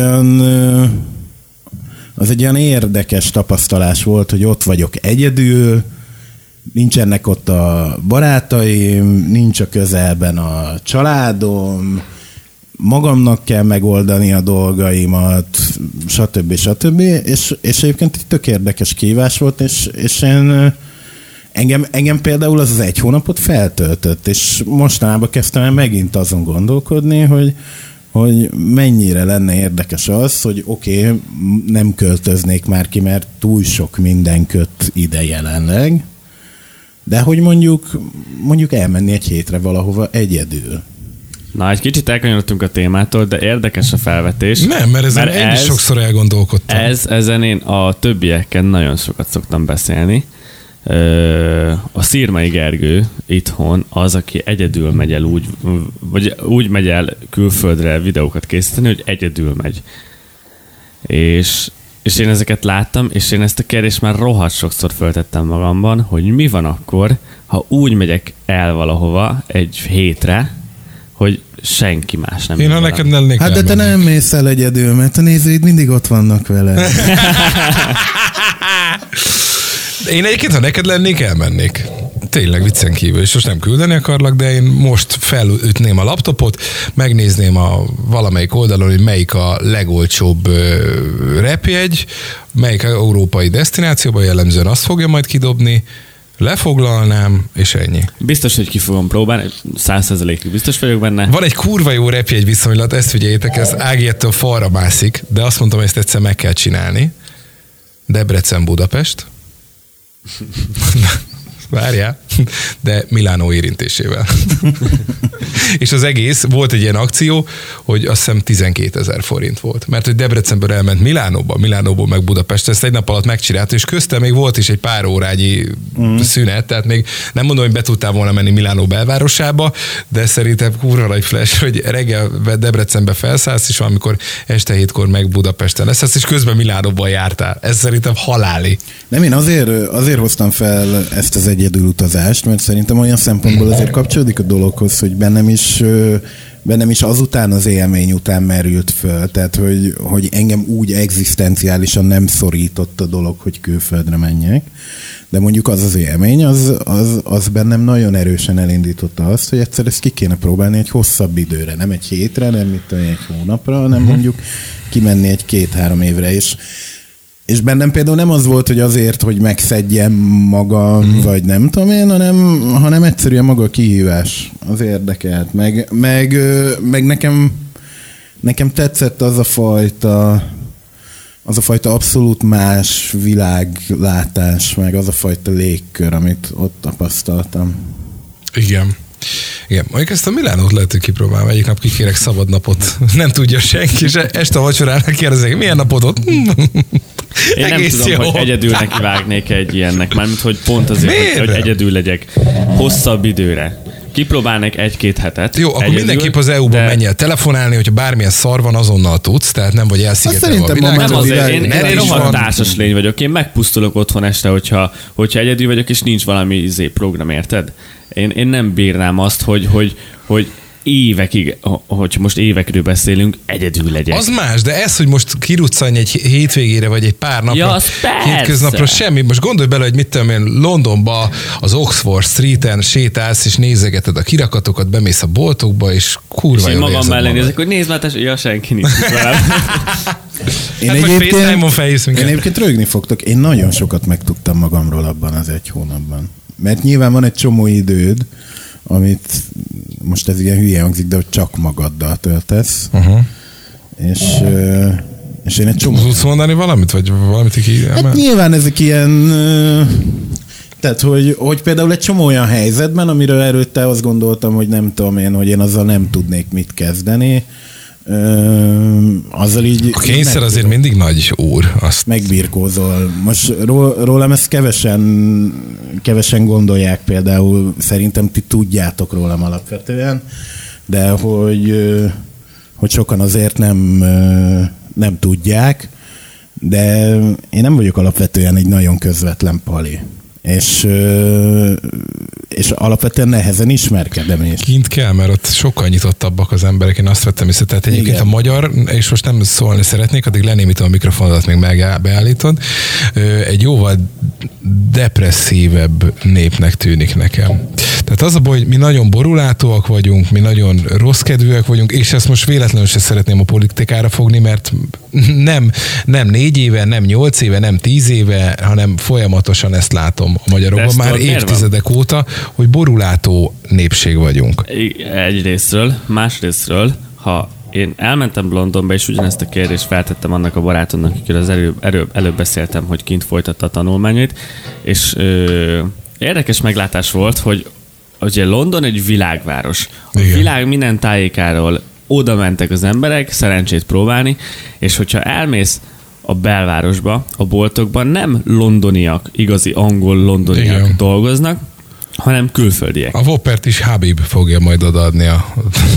olyan érdekes tapasztalás volt, hogy ott vagyok egyedül, nincsenek ott a barátaim, nincs a közelben a családom, magamnak kell megoldani a dolgaimat, stb. És egyébként egy tök érdekes kihívás volt, és engem például az 1 hónapot feltöltött, és mostanában kezdtem el megint azon gondolkodni, hogy mennyire lenne érdekes az, hogy oké, nem költöznék már ki, mert túl sok minden köt ide jelenleg, de hogy mondjuk elmenni egy hétre valahova egyedül. Na, egy kicsit elkanyarodtunk a témától, de érdekes a felvetés. Nem, mert ezen én is sokszor elgondolkodtam. Ezen én a többiekkel nagyon sokat szoktam beszélni. A Szirmai Gergő itthon az, aki egyedül megy el úgy megy el külföldre videókat készíteni, hogy egyedül megy. És én ezeket láttam, és én ezt a kérdést már rohadt sokszor föltettem magamban, hogy mi van akkor, ha úgy megyek el valahova egy hétre, hogy senki más nem. Én ha neked lennék. Hát de te nem mész el egyedül, mert a nézőid mindig ott vannak vele. Én egyébként, ha neked lennék, elmennék. Tényleg viccen kívül, és most nem küldeni akarlak, de én most felütném a laptopot, megnézném a valamelyik oldalon, hogy melyik a legolcsóbb repjegy, melyik európai desztinációban jellemzően azt fogja majd kidobni, lefoglalnám, és ennyi. Biztos, hogy ki fogom próbálni, 100%-ig biztos vagyok benne. Van egy kurva jó repjegy viszonylat, ezt figyeljétek, ez Ági ettől falra mászik, de azt mondtam, hogy ezt egyszer meg kell csinálni. Debrecen-Budapest. Várjál, de Milánó érintésével. És az egész, volt egy ilyen akció, hogy azt hiszem 12 000 forint volt. Mert hogy Debrecenből elment Milánóból meg Budapest, ezt egy nap alatt megcsinálta, és köztem még volt is egy pár órányi szünet, tehát még nem mondom, hogy be tudtál volna menni Milánó belvárosába, de szerintem kurva nagy flash, hogy reggel Debrecenbe felszállsz, és valamikor este 7-kor meg Budapesten lesz, és közben Milánóban jártál. Ez szerintem haláli. Nem, én azért hoztam fel ezt az egyedülutazást, mert szerintem olyan szempontból azért kapcsolódik a dologhoz, hogy bennem is azután az élmény után merült föl, tehát hogy engem úgy egzisztenciálisan nem szorított a dolog, hogy külföldre menjek, de mondjuk az élmény, az bennem nagyon erősen elindította azt, hogy egyszer ezt ki kéne próbálni egy hosszabb időre, nem egy hétre, nem egy hónapra, hanem mondjuk kimenni egy 2-3 évre is. És bennem például nem az volt, hogy azért, hogy megszedjem magam, vagy nem tudom én, hanem egyszerűen maga a kihívás, az érdekelt. Meg nekem tetszett az a fajta abszolút más világlátás, meg az a fajta légkör, amit ott tapasztaltam. Igen. Igen, mondjuk ezt a Milánót lehet, hogy kipróbálom. Egyik nap kikérek szabad napot. Nem tudja senki, és este a vacsorának kérdezik, milyen napodot? Én nem tudom, jó. Hogy egyedül nekivágnék egy ilyennek, mármint, hogy pont azért, hogy egyedül legyek hosszabb időre. Kipróbálnék 1-2 hetet. Jó, akkor egyedül, mindenképp az EU-ban menj el telefonálni, hogyha bármilyen szar van, azonnal tudsz, tehát nem vagy elszigetelve a világ. Nem azért, én rohadt társas lény vagyok, én megpusztulok otthon este, hogyha egyedül vagyok, és nincs valami program, érted? Én nem bírnám azt, hogy évekig, hogyha most évekről beszélünk, egyedül legyek. Az más, de ez, hogy most kiruccanj egy hétvégére, vagy egy pár napra, hétköznapra, semmi. Most gondolj bele, hogy mit tudom én, Londonba, az Oxford Streeten sétálsz, és nézegeted a kirakatokat, bemész a boltokba, és kurva jól érzed magad. És én magam mellé nézek, hogy nézd már, ja, senki nincs velem. Én egyébként rögni fogtok. Én nagyon sokat megtudtam magamról abban az 1 hónapban. Mert nyilván van egy csomó időd, amit most ez ilyen hülye hangzik, de hogy csak magaddal töltesz. És én egy csomó... Tudsz mondani valamit? Vagy valamit Hát nyilván ezek ilyen Tehát, hogy például egy csomó olyan helyzetben, amiről előtte azt gondoltam, hogy nem tudom én, hogy én azzal nem tudnék mit kezdeni, azzal így... A kényszer azért mindig nagy úr. Azt... Megbirkózol. Most rólam ezt kevesen gondolják például, szerintem ti tudjátok rólam alapvetően, de hogy sokan azért nem tudják, de én nem vagyok alapvetően egy nagyon közvetlen pali. És alapvetően nehezen ismerkedem is. Kint kell, mert ott sokkal nyitottabbak az emberek, én azt vettem észre. Tehát egyébként a magyar, és most nem szólni szeretnék, addig lenémítom a mikrofonodat, még beállítod, egy jóval depresszívebb népnek tűnik nekem. Tehát az a baj, hogy mi nagyon borulátóak vagyunk, mi nagyon rosszkedvűek vagyunk, és ezt most véletlenül se szeretném a politikára fogni, mert nem 4 éve, nem 8 éve, nem 10 éve, hanem folyamatosan ezt látom a magyarokban már évtizedek óta, hogy borulátó népség vagyunk. Egyrésztről, másrésztről, ha én elmentem Londonba, és ugyanezt a kérdést feltettem annak a barátomnak, akikkel az előbb beszéltem, hogy kint folytatta a tanulmányait, és érdekes meglátás volt, hogy ugye London egy világváros. A világ minden tájékáról oda mentek az emberek szerencsét próbálni, és hogyha elmész a belvárosba, a boltokban nem londoniak, igazi angol londoniak dolgoznak, hanem külföldiek. A Whoppert is Habib fogja majd odaadni a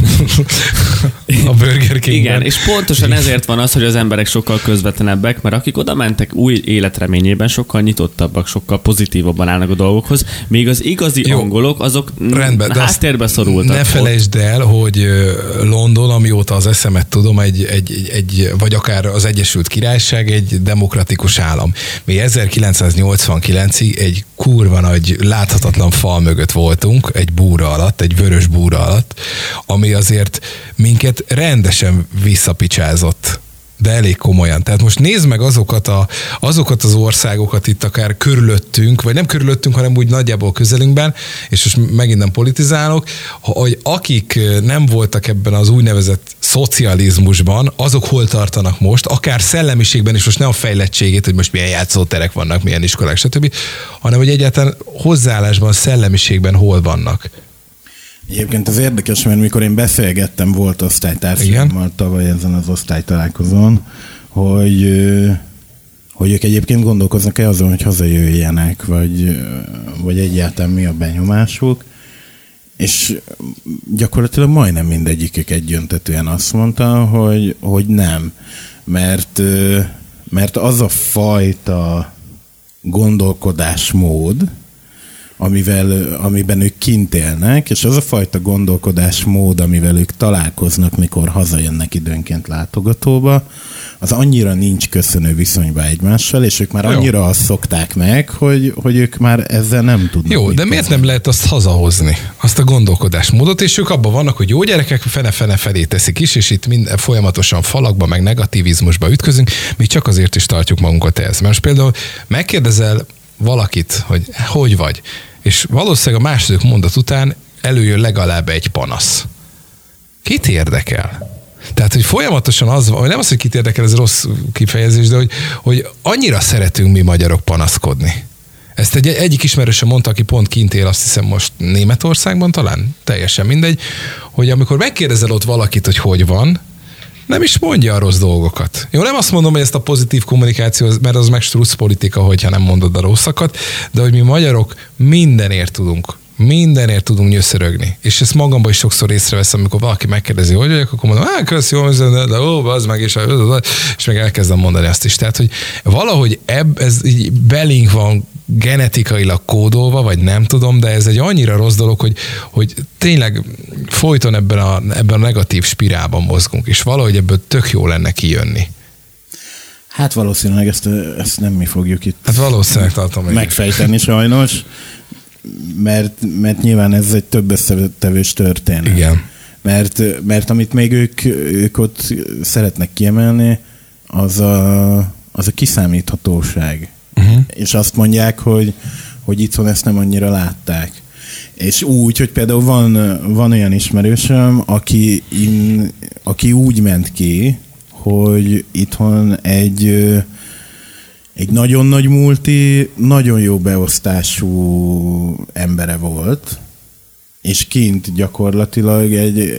Burger Kingben. Igen, és pontosan ezért van az, hogy az emberek sokkal közvetlenebbek, mert akik oda mentek új életreményében, sokkal nyitottabbak, sokkal pozitívabban állnak a dolgokhoz, míg az igazi angolok, azok háttérbe szorultak. Ne felejtsd el, hogy London, amióta az eszemet tudom, vagy akár az Egyesült Királyság egy demokratikus állam. Mi 1989-ig egy kurva nagy, láthatatlan fal mögött voltunk, egy búra alatt, egy vörös búra alatt, ami azért minket rendesen visszapicsázott, de elég komolyan. Tehát most nézd meg azokat az országokat itt akár körülöttünk, vagy nem körülöttünk, hanem úgy nagyjából közelünkben, és most megint nem politizálok, hogy akik nem voltak ebben az úgynevezett szocializmusban, azok hol tartanak most, akár szellemiségben, és most nem a fejlettségét, hogy most milyen játszóterek vannak, milyen iskolák, stb., hanem hogy egyáltalán hozzáállásban, szellemiségben hol vannak. Egyébként az érdekes, mert mikor én beszélgettem, volt osztálytársammal tavaly ezen az osztálytalálkozón, hogy ők egyébként gondolkoznak-e azon, hogy hazajöjjenek, vagy egyáltalán mi a benyomásuk, és gyakorlatilag majdnem mindegyikük egyöntetően azt mondta, hogy nem, mert az a fajta gondolkodásmód, amiben ők kint élnek, és az a fajta gondolkodásmód, amivel ők találkoznak, mikor hazajönnek időnként látogatóba, az annyira nincs köszönő viszonyba egymással, és ők már annyira azt szokták meg, hogy ők már ezzel nem tudnak. Jó, de miért nem lehet azt hazahozni, azt a gondolkodásmódot, és ők abban vannak, hogy jó gyerekek fene-fene felé teszik is, és itt folyamatosan falakba, meg negativizmusba ütközünk, mi csak azért is tartjuk magunkat ehhez. Mert most például megkérdezel valakit, hogy vagy, és valószínűleg a második mondat után előjön legalább egy panasz. Kit érdekel? Tehát, hogy folyamatosan az van, nem az, hogy kit érdekel, ez rossz kifejezés, de hogy annyira szeretünk mi magyarok panaszkodni. Ezt egyik ismerősöm mondta, aki pont kint él, azt hiszem most Németországban talán, teljesen mindegy, hogy amikor megkérdezel ott valakit, hogy van, nem is mondja a rossz dolgokat. Jó, nem azt mondom, hogy ezt a pozitív kommunikáció, mert az meg strusz politika, hogyha nem mondod a rosszakat, de hogy mi magyarok mindenért tudunk nyöszörögni. És ezt magamban is sokszor észreveszem, amikor valaki megkérdezi, hogy vagyok, akkor mondom, kösz, jó, de az meg, és meg elkezdem mondani azt is. Tehát, hogy valahogy ez így belénk van genetikailag kódolva, vagy nem tudom, de ez egy annyira rossz dolog, hogy tényleg folyton ebben a negatív spirálban mozgunk, és valahogy ebből tök jó lenne kijönni. Hát valószínűleg ezt nem mi fogjuk itt hát valószínűleg tartom megfejteni sajnos, mert nyilván ez egy több összetevős történet. Igen. Mert amit még ők ott szeretnek kiemelni, az a kiszámíthatóság. Uh-huh. És azt mondják, hogy itthon ezt nem annyira látták. És úgy, hogy például van olyan ismerősöm, aki úgy ment ki, hogy itthon egy egy nagyon nagy multi, nagyon jó beosztású embere volt, és kint gyakorlatilag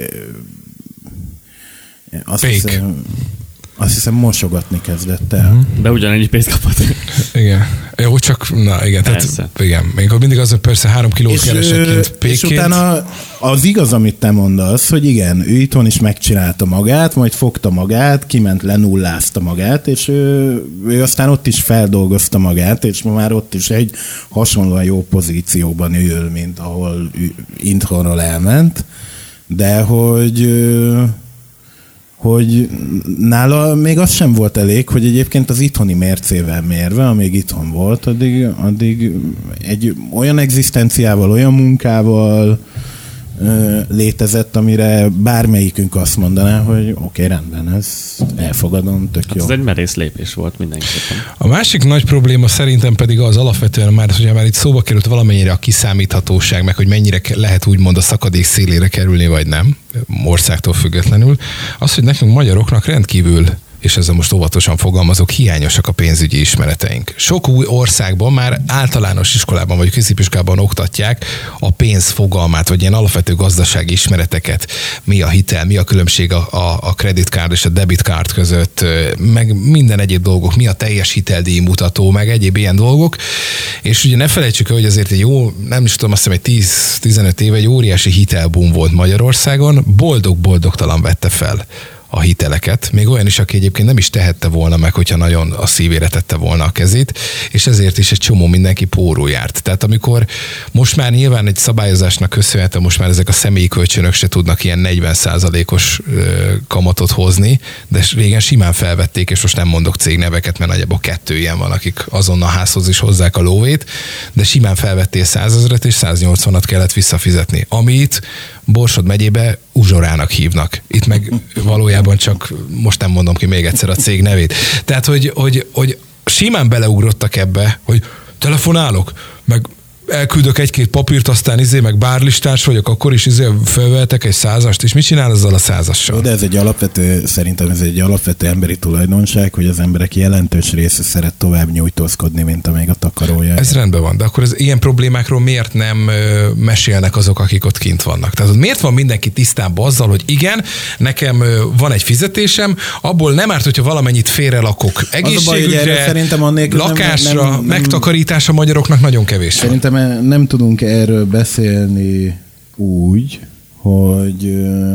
azt hiszem mosogatni kezdett el. De ugyanennyi pénzt kapott. Igen. Jó, csak, na igen, tehát, igen. Még mindig az, hogy persze 3 kilót keresek kint pékként. És utána az igaz, amit te mondasz, hogy igen, ő itthon is megcsinálta magát, majd fogta magát, kiment, lenullázta magát, és ő aztán ott is feldolgozta magát, és ma már ott is egy hasonlóan jó pozícióban ül, mint ahol itthonról elment, de hogy nála még az sem volt elég, hogy egyébként az itthoni mércével mérve, amíg itthon volt, addig egy olyan egzisztenciával, olyan munkával létezett, amire bármelyikünk azt mondaná, hogy oké, rendben, ezt elfogadom, tök jó. Ez egy merész lépés volt mindenképpen. A másik nagy probléma szerintem pedig az alapvetően már, hogy már itt szóba került valamennyire a kiszámíthatóság, meg hogy mennyire lehet úgymond a szakadék szélére kerülni, vagy nem, országtól függetlenül. Az, hogy nekünk magyaroknak rendkívül, és ezzel most óvatosan fogalmazok, hiányosak a pénzügyi ismereteink. Sok új országban már általános iskolában vagy középiskolában oktatják a pénz fogalmát, vagy ilyen alapvető gazdasági ismereteket. Mi a hitel, mi a különbség a credit card és a debit card között, meg minden egyéb dolgok, mi a teljes hiteldíj mutató, meg egyéb ilyen dolgok. És ugye ne felejtsük el, hogy azért egy jó, nem is tudom, azt hiszem egy 10-15 éve egy óriási hitelboom volt Magyarországon, boldog-boldogtalan vette fel a hiteleket, még olyan is, aki egyébként nem is tehette volna meg, hogyha nagyon a szívére tette volna a kezét, és ezért is egy csomó mindenki póró járt. Tehát amikor most már nyilván egy szabályozásnak köszönhetően most már ezek a személyi kölcsönök se tudnak ilyen 40%-os kamatot hozni, de régen simán felvették, és most nem mondok cégneveket, mert nagyjából 2 ilyen van, akik azonnal házhoz is hozzák a lóvét, de simán felvettél 100 000 és 180-at kellett visszafizetni, amit Borsod megyébe uzsorának hívnak. Itt meg valójában csak, most nem mondom ki még egyszer a cég nevét. Tehát, hogy simán beleugrottak ebbe, hogy telefonálok, meg elküldök 1-2 papírt, aztán meg bárlistás vagyok, akkor is felvehetek egy 100-ast, és mit csinál azzal a 100-assal? De ez egy alapvető, szerintem ez egy alapvető emberi tulajdonság, hogy az emberek jelentős része szeret tovább nyújtózkodni, mint amíg a takarója. Ez rendben van, de akkor ilyen problémákról miért nem mesélnek azok, akik ott kint vannak? Tehát miért van mindenki tisztában azzal, hogy igen, nekem van egy fizetésem, abból nem árt, hogyha valamennyit félrelakok egészségügyre, lakásra, megtakarításra magyaroknak nagyon kevés. Szerintem nem tudunk erről beszélni úgy, hogy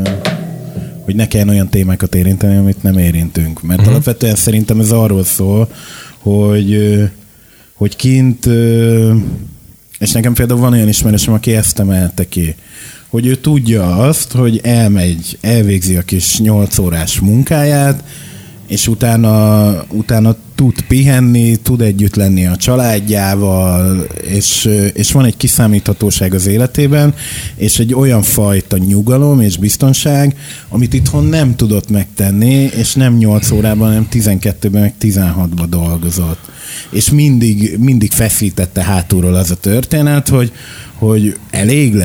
ne kelljen olyan témákat érinteni, amit nem érintünk. Mert alapvetően szerintem ez arról szól, hogy kint, és nekem például van olyan ismerősöm, aki ezt emelte ki, hogy ő tudja azt, hogy elvégzi a kis 8 órás munkáját, és utána tud pihenni, tud együtt lenni a családjával, és van egy kiszámíthatóság az életében, és egy olyan fajta nyugalom és biztonság, amit itthon nem tudott megtenni, és nem 8 órában, hanem 12-ben, meg 16-ban dolgozott. És mindig feszítette hátulról az a történet, hogy elég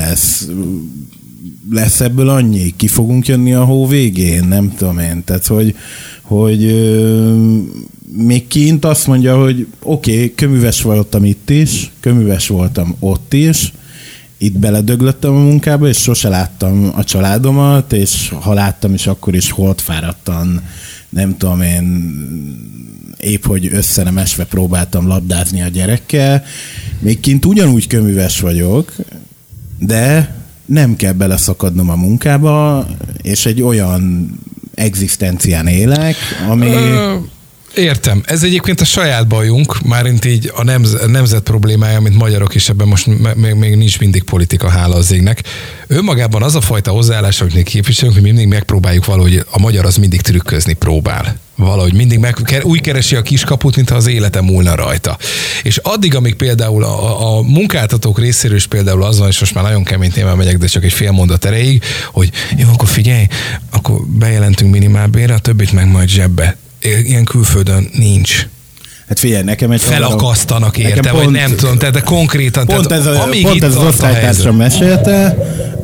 lesz ebből annyi, ki fogunk jönni a hó végén, nem tudom én. Tehát, hogy még kint azt mondja, hogy oké, köműves voltam itt is, köműves voltam ott is, itt beledöglöttem a munkába, és sose láttam a családomat, és ha láttam is, akkor is holdfáradtan, nem tudom én, épp hogy összenemesve próbáltam labdázni a gyerekkel. Még kint ugyanúgy köműves vagyok, de nem kell beleszakadnom a munkába, és egy olyan egzisztencián élek, ami... Értem. Ez egyébként a saját bajunk, márint így a nemzet problémája, mint magyarok is, ebben most még nincs mindig politika, hála az égnek. Önmagában az a fajta hozzáállás, amit képviselünk, hogy mindig megpróbáljuk valahogy, a magyar az mindig trükközni próbál. Valahogy mindig úgy keresi a kiskaput, mintha az élete múlna rajta. És addig, amíg például a munkáltatók részéről is például az van, és most már nagyon kemény témán megyek, de csak egy fél mondat erejéig, hogy jó, akkor figyelj, akkor bejelentünk minimálbérre, a többit meg majd zsebbe. Ilyen külföldön nincs. Hát figyelj, nekem egy felakasztanak érte, vagy nem tudom, tehát de konkrétan. Pont ez az osztálytársam mesélte,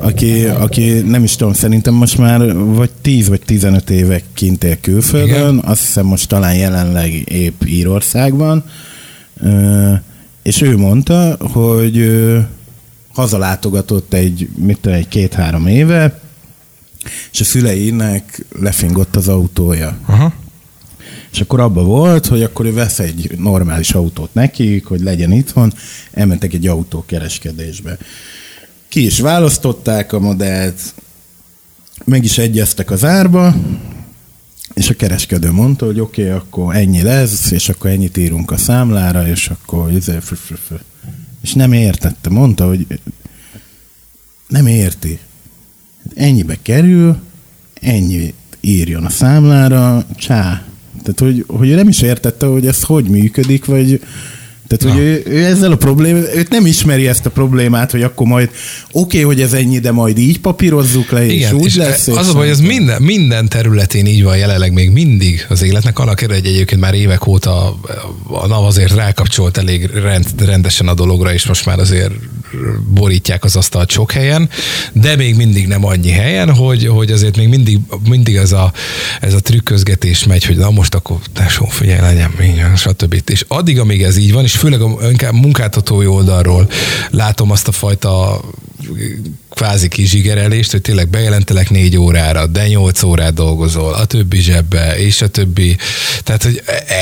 aki nem is tudom, szerintem most már vagy 10 vagy 15 éve kint él külföldön, igen. Azt hiszem most talán jelenleg épp Írországban, és ő mondta, hogy hazalátogatott egy 2-3 éve, és a szüleinek lefingott az autója. Aha. És akkor abba volt, hogy akkor ő vesz egy normális autót nekik, hogy legyen itthon, elmentek egy autókereskedésbe. Ki is választották a modellt, meg is egyeztek az árba, és a kereskedő mondta, hogy oké, akkor ennyi lesz, és akkor ennyit írunk a számlára, és akkor és nem értette. Mondta, hogy nem érti. Ennyibe kerül, ennyit írjon a számlára, csá. Tehát, hogy ő nem is értette, hogy ez hogy működik, vagy... Tehát, hogy ő ezzel a problémát, őt nem ismeri ezt a problémát, hogy akkor majd oké, hogy ez ennyi, de majd így papírozzuk le, igen, és úgy lesz. Az a baj, ez minden területén így van jelenleg még mindig az életnek. Annak érde, hogy egyébként már évek óta a NAV azért rákapcsolt elég rendesen a dologra, és most már azért borítják az asztalt sok helyen, de még mindig nem annyi helyen, hogy azért még mindig ez a trükközgetés megy, hogy na most akkor tesó, figyelj, legyen, stb. És addig, amíg ez így van, és főleg a munkáltatói oldalról látom azt a fajta kvázi kizsigerelést, hogy tényleg bejelentelek 4 órára, de 8 órát dolgozol, a többi zsebbe, és a többi. Tehát, hogy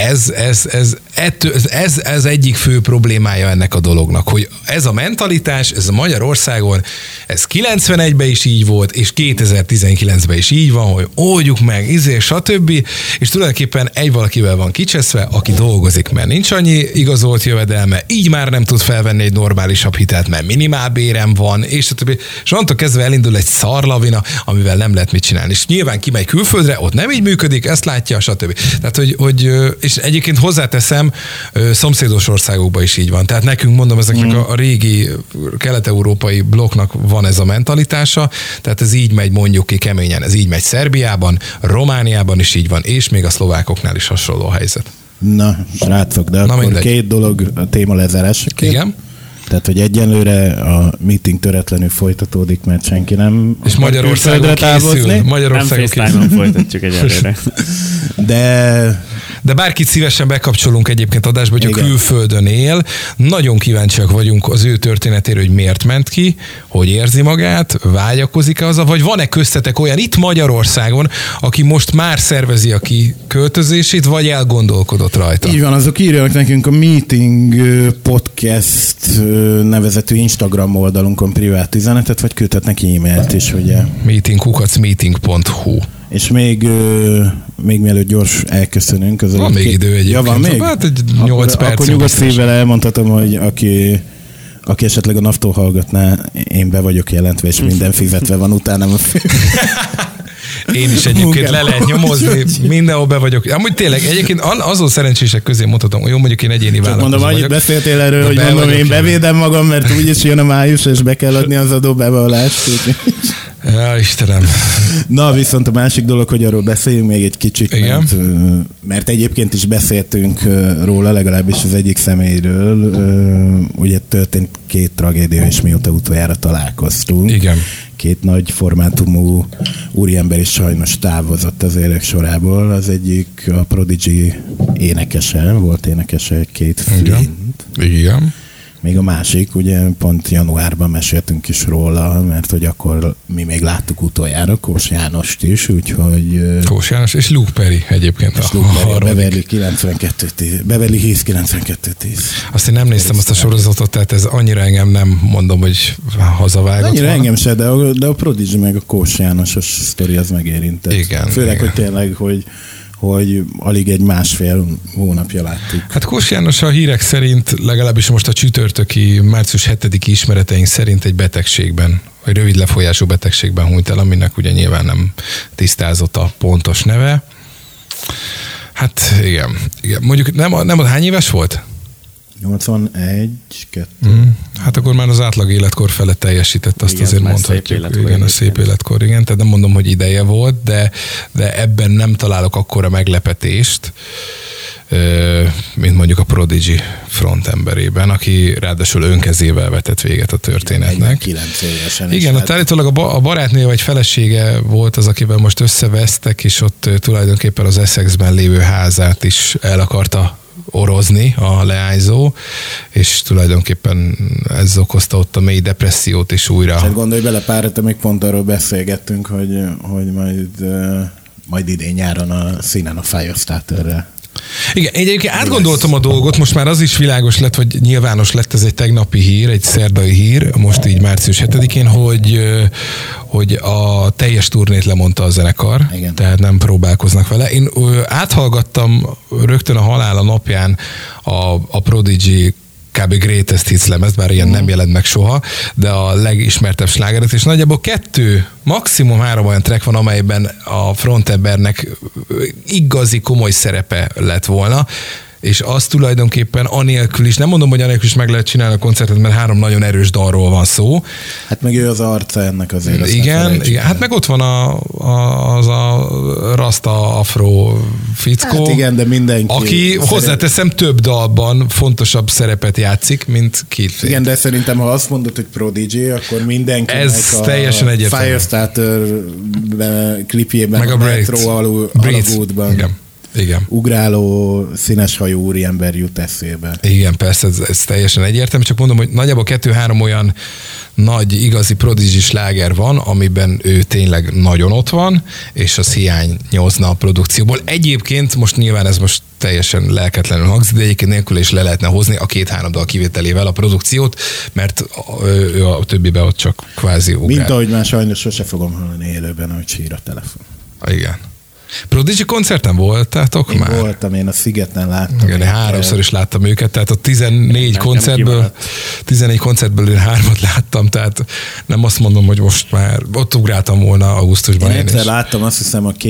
ez egyik fő problémája ennek a dolognak, hogy ez a mentalitás, ez a Magyarországon, ez 91-ben is így volt, és 2019-ben is így van, hogy oldjuk meg, stb. És tulajdonképpen egy valakivel van kicseszve, aki dolgozik, mert nincs annyi igazolt jövedelme, így már nem tud felvenni egy normálisabb hitelt, mert minimálbérem van, és a többi. És onnantól kezdve elindul egy szarlavina, amivel nem lehet mit csinálni. És nyilván kimegy külföldre, ott nem így működik, ezt látja, stb. Tehát, hogy és egyébként hozzáteszem, szomszédos országokban is így van. Tehát nekünk, mondom, ezeknek a régi kelet-európai blokknak van ez a mentalitása, tehát ez így megy mondjuk ki keményen, ez így megy Szerbiában, Romániában is így van, és még a szlovákoknál is hasonló a helyzet. Na, srácok, de akkor mindegy. 2 dolog a téma lezárásaként. Igen. Tehát, hogy egyenlőre a meeting töretlenül folytatódik, mert senki nem... És Magyarországon készül. Nem FaceTime-on folytatjuk egyelőre. De bárkit szívesen bekapcsolunk egyébként adásba, hogy a külföldön él. Nagyon kíváncsiak vagyunk az ő történetére, hogy miért ment ki, hogy érzi magát, vágyakozik-e haza, vagy van-e köztetek olyan itt Magyarországon, aki most már szervezi a kiköltözését, vagy elgondolkodott rajta? Így van, azok írjanak nekünk a Meeting Podcast nevezetű Instagram oldalunkon privát üzenetet, vagy küldhetnek e-mailt is, ugye? meeting@meeting.hu. És még mielőtt gyors elköszönünk. Van még idő egyébként. Ja, van még? Hát egy 8 perc. Akkor nyugodt szívvel elmondhatom, hogy aki esetleg a NAV-tól hallgatná, én be vagyok jelentve, és minden fizetve van utánam. Én is egyébként le lehet nyomozni, mindenhol be vagyok. Amúgy tényleg, egyébként azon szerencsések közé mondhatom, hogy jó, mondjuk én egyéni vállalkozó mondom, annyit beszéltél erről, hogy mondom, én bevédem magam, mert úgyis jön a május, és be kell adni az adóbevallást. Ja, Istenem. Na, viszont a másik dolog, hogy arról beszéljünk még egy kicsit, mert egyébként is beszéltünk róla, legalábbis az egyik személyről. Ugye történt 2 tragédia, és mióta utoljára találkoztunk. Igen. 2 nagy formátumú úriember is sajnos távozott az élek sorából. Az egyik a Prodigy énekese, volt énekese, Keith Flint. Igen. Még a másik, ugye pont januárban meséltünk is róla, mert hogy akkor mi még láttuk utoljára Kós Jánost is, úgyhogy... Kós János és Luke Perry egyébként. És Luke Perry, Beverly Hills 92-10. Azt én nem néztem azt a sorozatot, tehát ez annyira engem nem mondom, hogy hazavágott. Annyira engem se, de a Prodigy meg a Kós Jánosos sztori az megérintett. Igen. Főleg, hogy tényleg, hogy alig egy 1,5 hónapja láttuk. Hát Kós János a hírek szerint, legalábbis most a csütörtöki március 7-i ismereteink szerint egy betegségben, vagy rövid lefolyású betegségben hunyt el, aminek ugye nyilván nem tisztázott a pontos neve. Hát igen. Mondjuk nem hány éves volt? 81, 2. Hát akkor már az átlag életkor felett teljesített, azt igen, azért mondhatjuk. Igen, a szép életkor, igen. Tehát nem mondom, hogy ideje volt, de ebben nem találok akkora meglepetést. mint mondjuk a Prodigy frontemberében, aki ráadásul önkezével vetett véget a történetnek. 9 évesen. Igen, ott állítólag a barátnője vagy felesége volt az, akivel most összevesztek, és ott tulajdonképpen az Essexben lévő házát is el akarta orozni a leányzó, és tulajdonképpen ez okozta ott a mély depressziót is újra. Hát gondolj bele, pár még pont arról beszélgettünk, hogy majd idén nyáron a színen a Firestarterre. Igen, egyébként átgondoltam a dolgot, most már az is világos lett, vagy nyilvános lett, ez egy tegnapi hír, egy szerdai hír, most így március 7-én, hogy a teljes turnét lemondta a zenekar, igen. Tehát nem próbálkoznak vele. Én áthallgattam rögtön a halála napján a Prodigy kb. Greatest Hits lemez, bár ilyen nem jelent meg soha, de a legismertebb slágeret, és nagyjából 2, maximum 3 olyan track van, amelyben a frontembernek igazi komoly szerepe lett volna, és az tulajdonképpen anélkül is, nem mondom, hogy anélkül is meg lehet csinálni a koncertet, mert 3 nagyon erős dalról van szó. Hát meg ő az arca ennek azért. Igen, hát meg ott van az a rasta afro fickó, hát igen, de mindenki. Aki hozzáteszem több dalban fontosabb szerepet játszik, mint Keith. Igen, de szerintem ha azt mondod, hogy Prodigy, akkor mindenki ez teljesen egyértelmű. Firestarter klipjében, meg a Metro alagútban. Igen. Ugráló színeshajú úriember jut eszébe. Igen, persze, ez teljesen egyértelmű, csak mondom, hogy nagyjából 2-3 olyan nagy, igazi Prodigy sláger van, amiben ő tényleg nagyon ott van, és az hiányozna a produkcióból. Egyébként most nyilván ez most teljesen lelketlenül hangzik, de egyébként nélkül is le lehetne hozni a 2-3 dal kivételével a produkciót, mert ő a többibe ott csak kvázi ugrál. Mint ahogy már sajnos sose fogom hallani élőben, hogy sír a telefon. Igen. Prodigy koncerten voltátok már? Voltam, én a Szigeten láttam. Igen, 3-szor is láttam őket, tehát a 14 koncertből én 3-at láttam, tehát nem azt mondom, hogy most már ott ugráltam volna augusztusban én egyszer láttam, azt hiszem a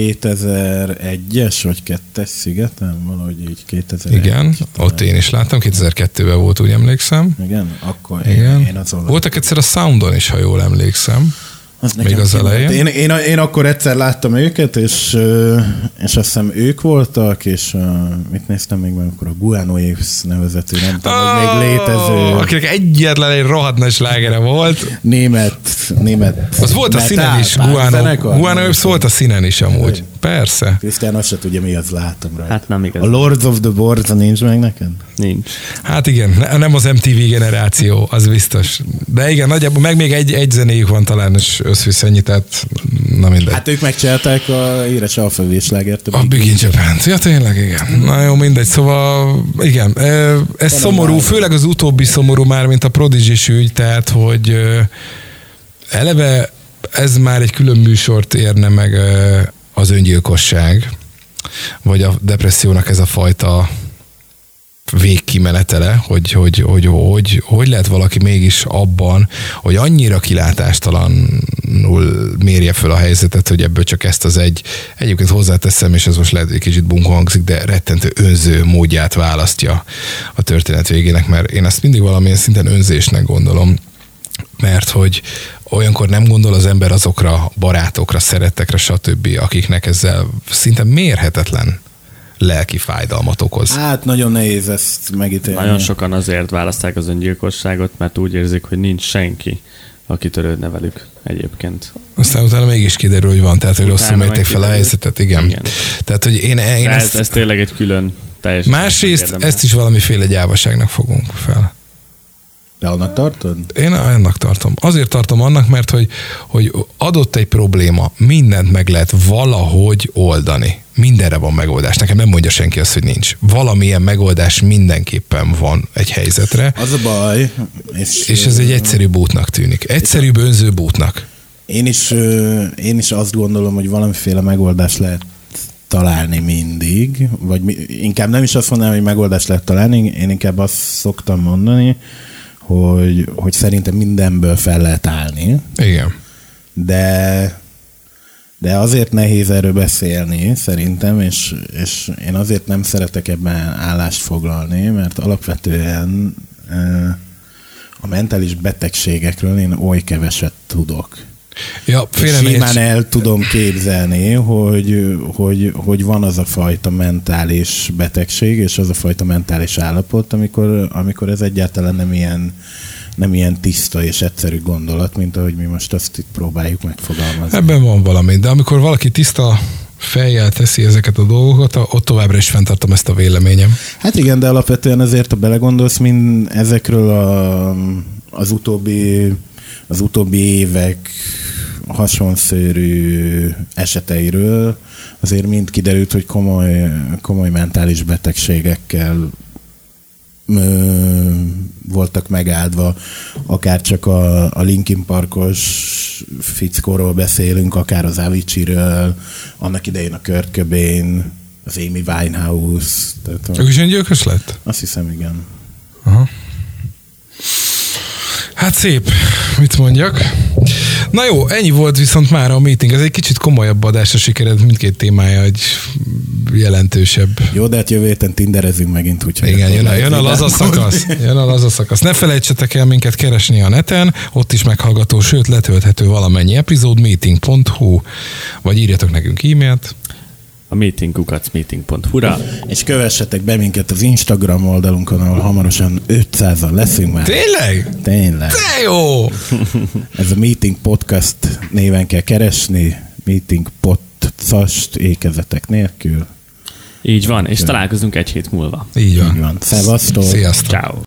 2001-es vagy 2-es Szigeten, valahogy így 2001. Igen, ott én is láttam, 2002-ben volt, úgy emlékszem. Igen, akkor igen. Én azon voltak egyszer a Soundon is, ha jól emlékszem. Még az elején. Én akkor egyszer láttam őket, és azt hiszem ők voltak, és mit néztem még, mert akkor a Guano Apes nevezetű, nem tudom, hogy még létező. Akinek egyetlen egy rohadt nagy slágere volt. Német. Az volt a színen is, Guano Apes volt a színen is amúgy. Persze. Krisztián azt se tudja, mi az, látom rá. Hát nem igaz. A Lords of the Boards nincs meg neked? Nincs. Hát igen, nem az MTV generáció, az biztos. De igen, nagyjából meg még egy zenéjük van talán, és összvisz ennyi, tehát na mindegy. Hát ők megcsinálták a híres alphaville slágert. A Big in Japan. Ja, tényleg, igen. Na jó, mindegy. Szóval igen, ez szomorú, főleg az utóbbi szomorú már, mint a Prodigy ügy, tehát, hogy eleve ez már egy külön műsort érne meg az öngyilkosság, vagy a depressziónak ez a fajta végkimenetele, hogy lehet valaki mégis abban, hogy annyira kilátástalanul mérje föl a helyzetet, hogy ebből csak ezt az egyébként hozzáteszem, és ez most lehet, hogy kicsit bunkó hangzik, de rettentő önző módját választja a történet végének, mert én ezt mindig valamilyen szinten önzésnek gondolom, mert hogy olyankor nem gondol az ember azokra barátokra, szerettekre, stb., akiknek ezzel szinte mérhetetlen lelki fájdalmat okoz. Hát nagyon nehéz ezt megítélni. Nagyon sokan azért választák az öngyilkosságot, mert úgy érzik, hogy nincs senki, aki törődne velük egyébként. Aztán utána mégis kiderül, hogy van, tehát hogy rosszul mérték fel a helyzetet, igen. Tehát, hogy én ez tényleg egy külön teljesen. Másrészt ezt is valamiféle gyávaságnak fogunk fel. De annak tartod? Én annak tartom. Azért tartom annak, mert hogy adott egy probléma, mindent meg lehet valahogy oldani. Mindenre van megoldás. Nekem nem mondja senki azt, hogy nincs. Valamilyen megoldás mindenképpen van egy helyzetre. Az a baj. És ez egy egyszerűbb útnak tűnik. Egyszerűbb önzőbb útnak. Én is azt gondolom, hogy valamiféle megoldást lehet találni mindig, vagy inkább nem is azt mondanám, hogy megoldást lehet találni, én inkább azt szoktam mondani, hogy szerintem mindenből fel lehet állni. Igen. De azért nehéz erről beszélni, szerintem, és én azért nem szeretek ebben állást foglalni, mert alapvetően a mentális betegségekről én oly keveset tudok. Ja, simán el tudom képzelni, hogy van az a fajta mentális betegség, és az a fajta mentális állapot, amikor ez egyáltalán nem ilyen tiszta és egyszerű gondolat, mint ahogy mi most azt itt próbáljuk megfogalmazni. Ebben van valami, de amikor valaki tiszta fejjel teszi ezeket a dolgokat, ott továbbra is fenntartom ezt a véleményem. Hát igen, de alapvetően azért, ha belegondolsz, mind ezekről az utóbbi évek hasonszörű eseteiről azért mind kiderült, hogy komoly mentális betegségekkel voltak megáldva, akár csak a Linkin Parkos fickóról beszélünk, akár az Avicii-ről, annak idején a Kurt Cobain, az Amy Winehouse. Ők is öngyilkos lett? Azt hiszem, igen. Aha. Hát szép, mit mondjak. Na jó, ennyi volt viszont már a meeting. Ez egy kicsit komolyabb adásra sikered, mindkét témája egy jelentősebb. Jó, de hát jövő héten tinderezünk megint, úgyhogy... Igen, jön a laza szakasz. Jön a laza szakasz. Ne felejtsetek el minket keresni a neten, ott is meghallgató, sőt letölthető valamennyi epizód, meeting.hu, vagy írjatok nekünk e-mailt. A meeting@meeting.hu-ra. És kövessetek be minket az Instagram oldalunkon, ahol hamarosan 500-an leszünk már. Tényleg? Tényleg. De jó! Ez a Meeting Podcast néven kell keresni, Meeting Podcast ékezetek nélkül. Így van, és találkozunk egy hét múlva. Így van. Így van. Szevasztok! Sziasztok! Ciao.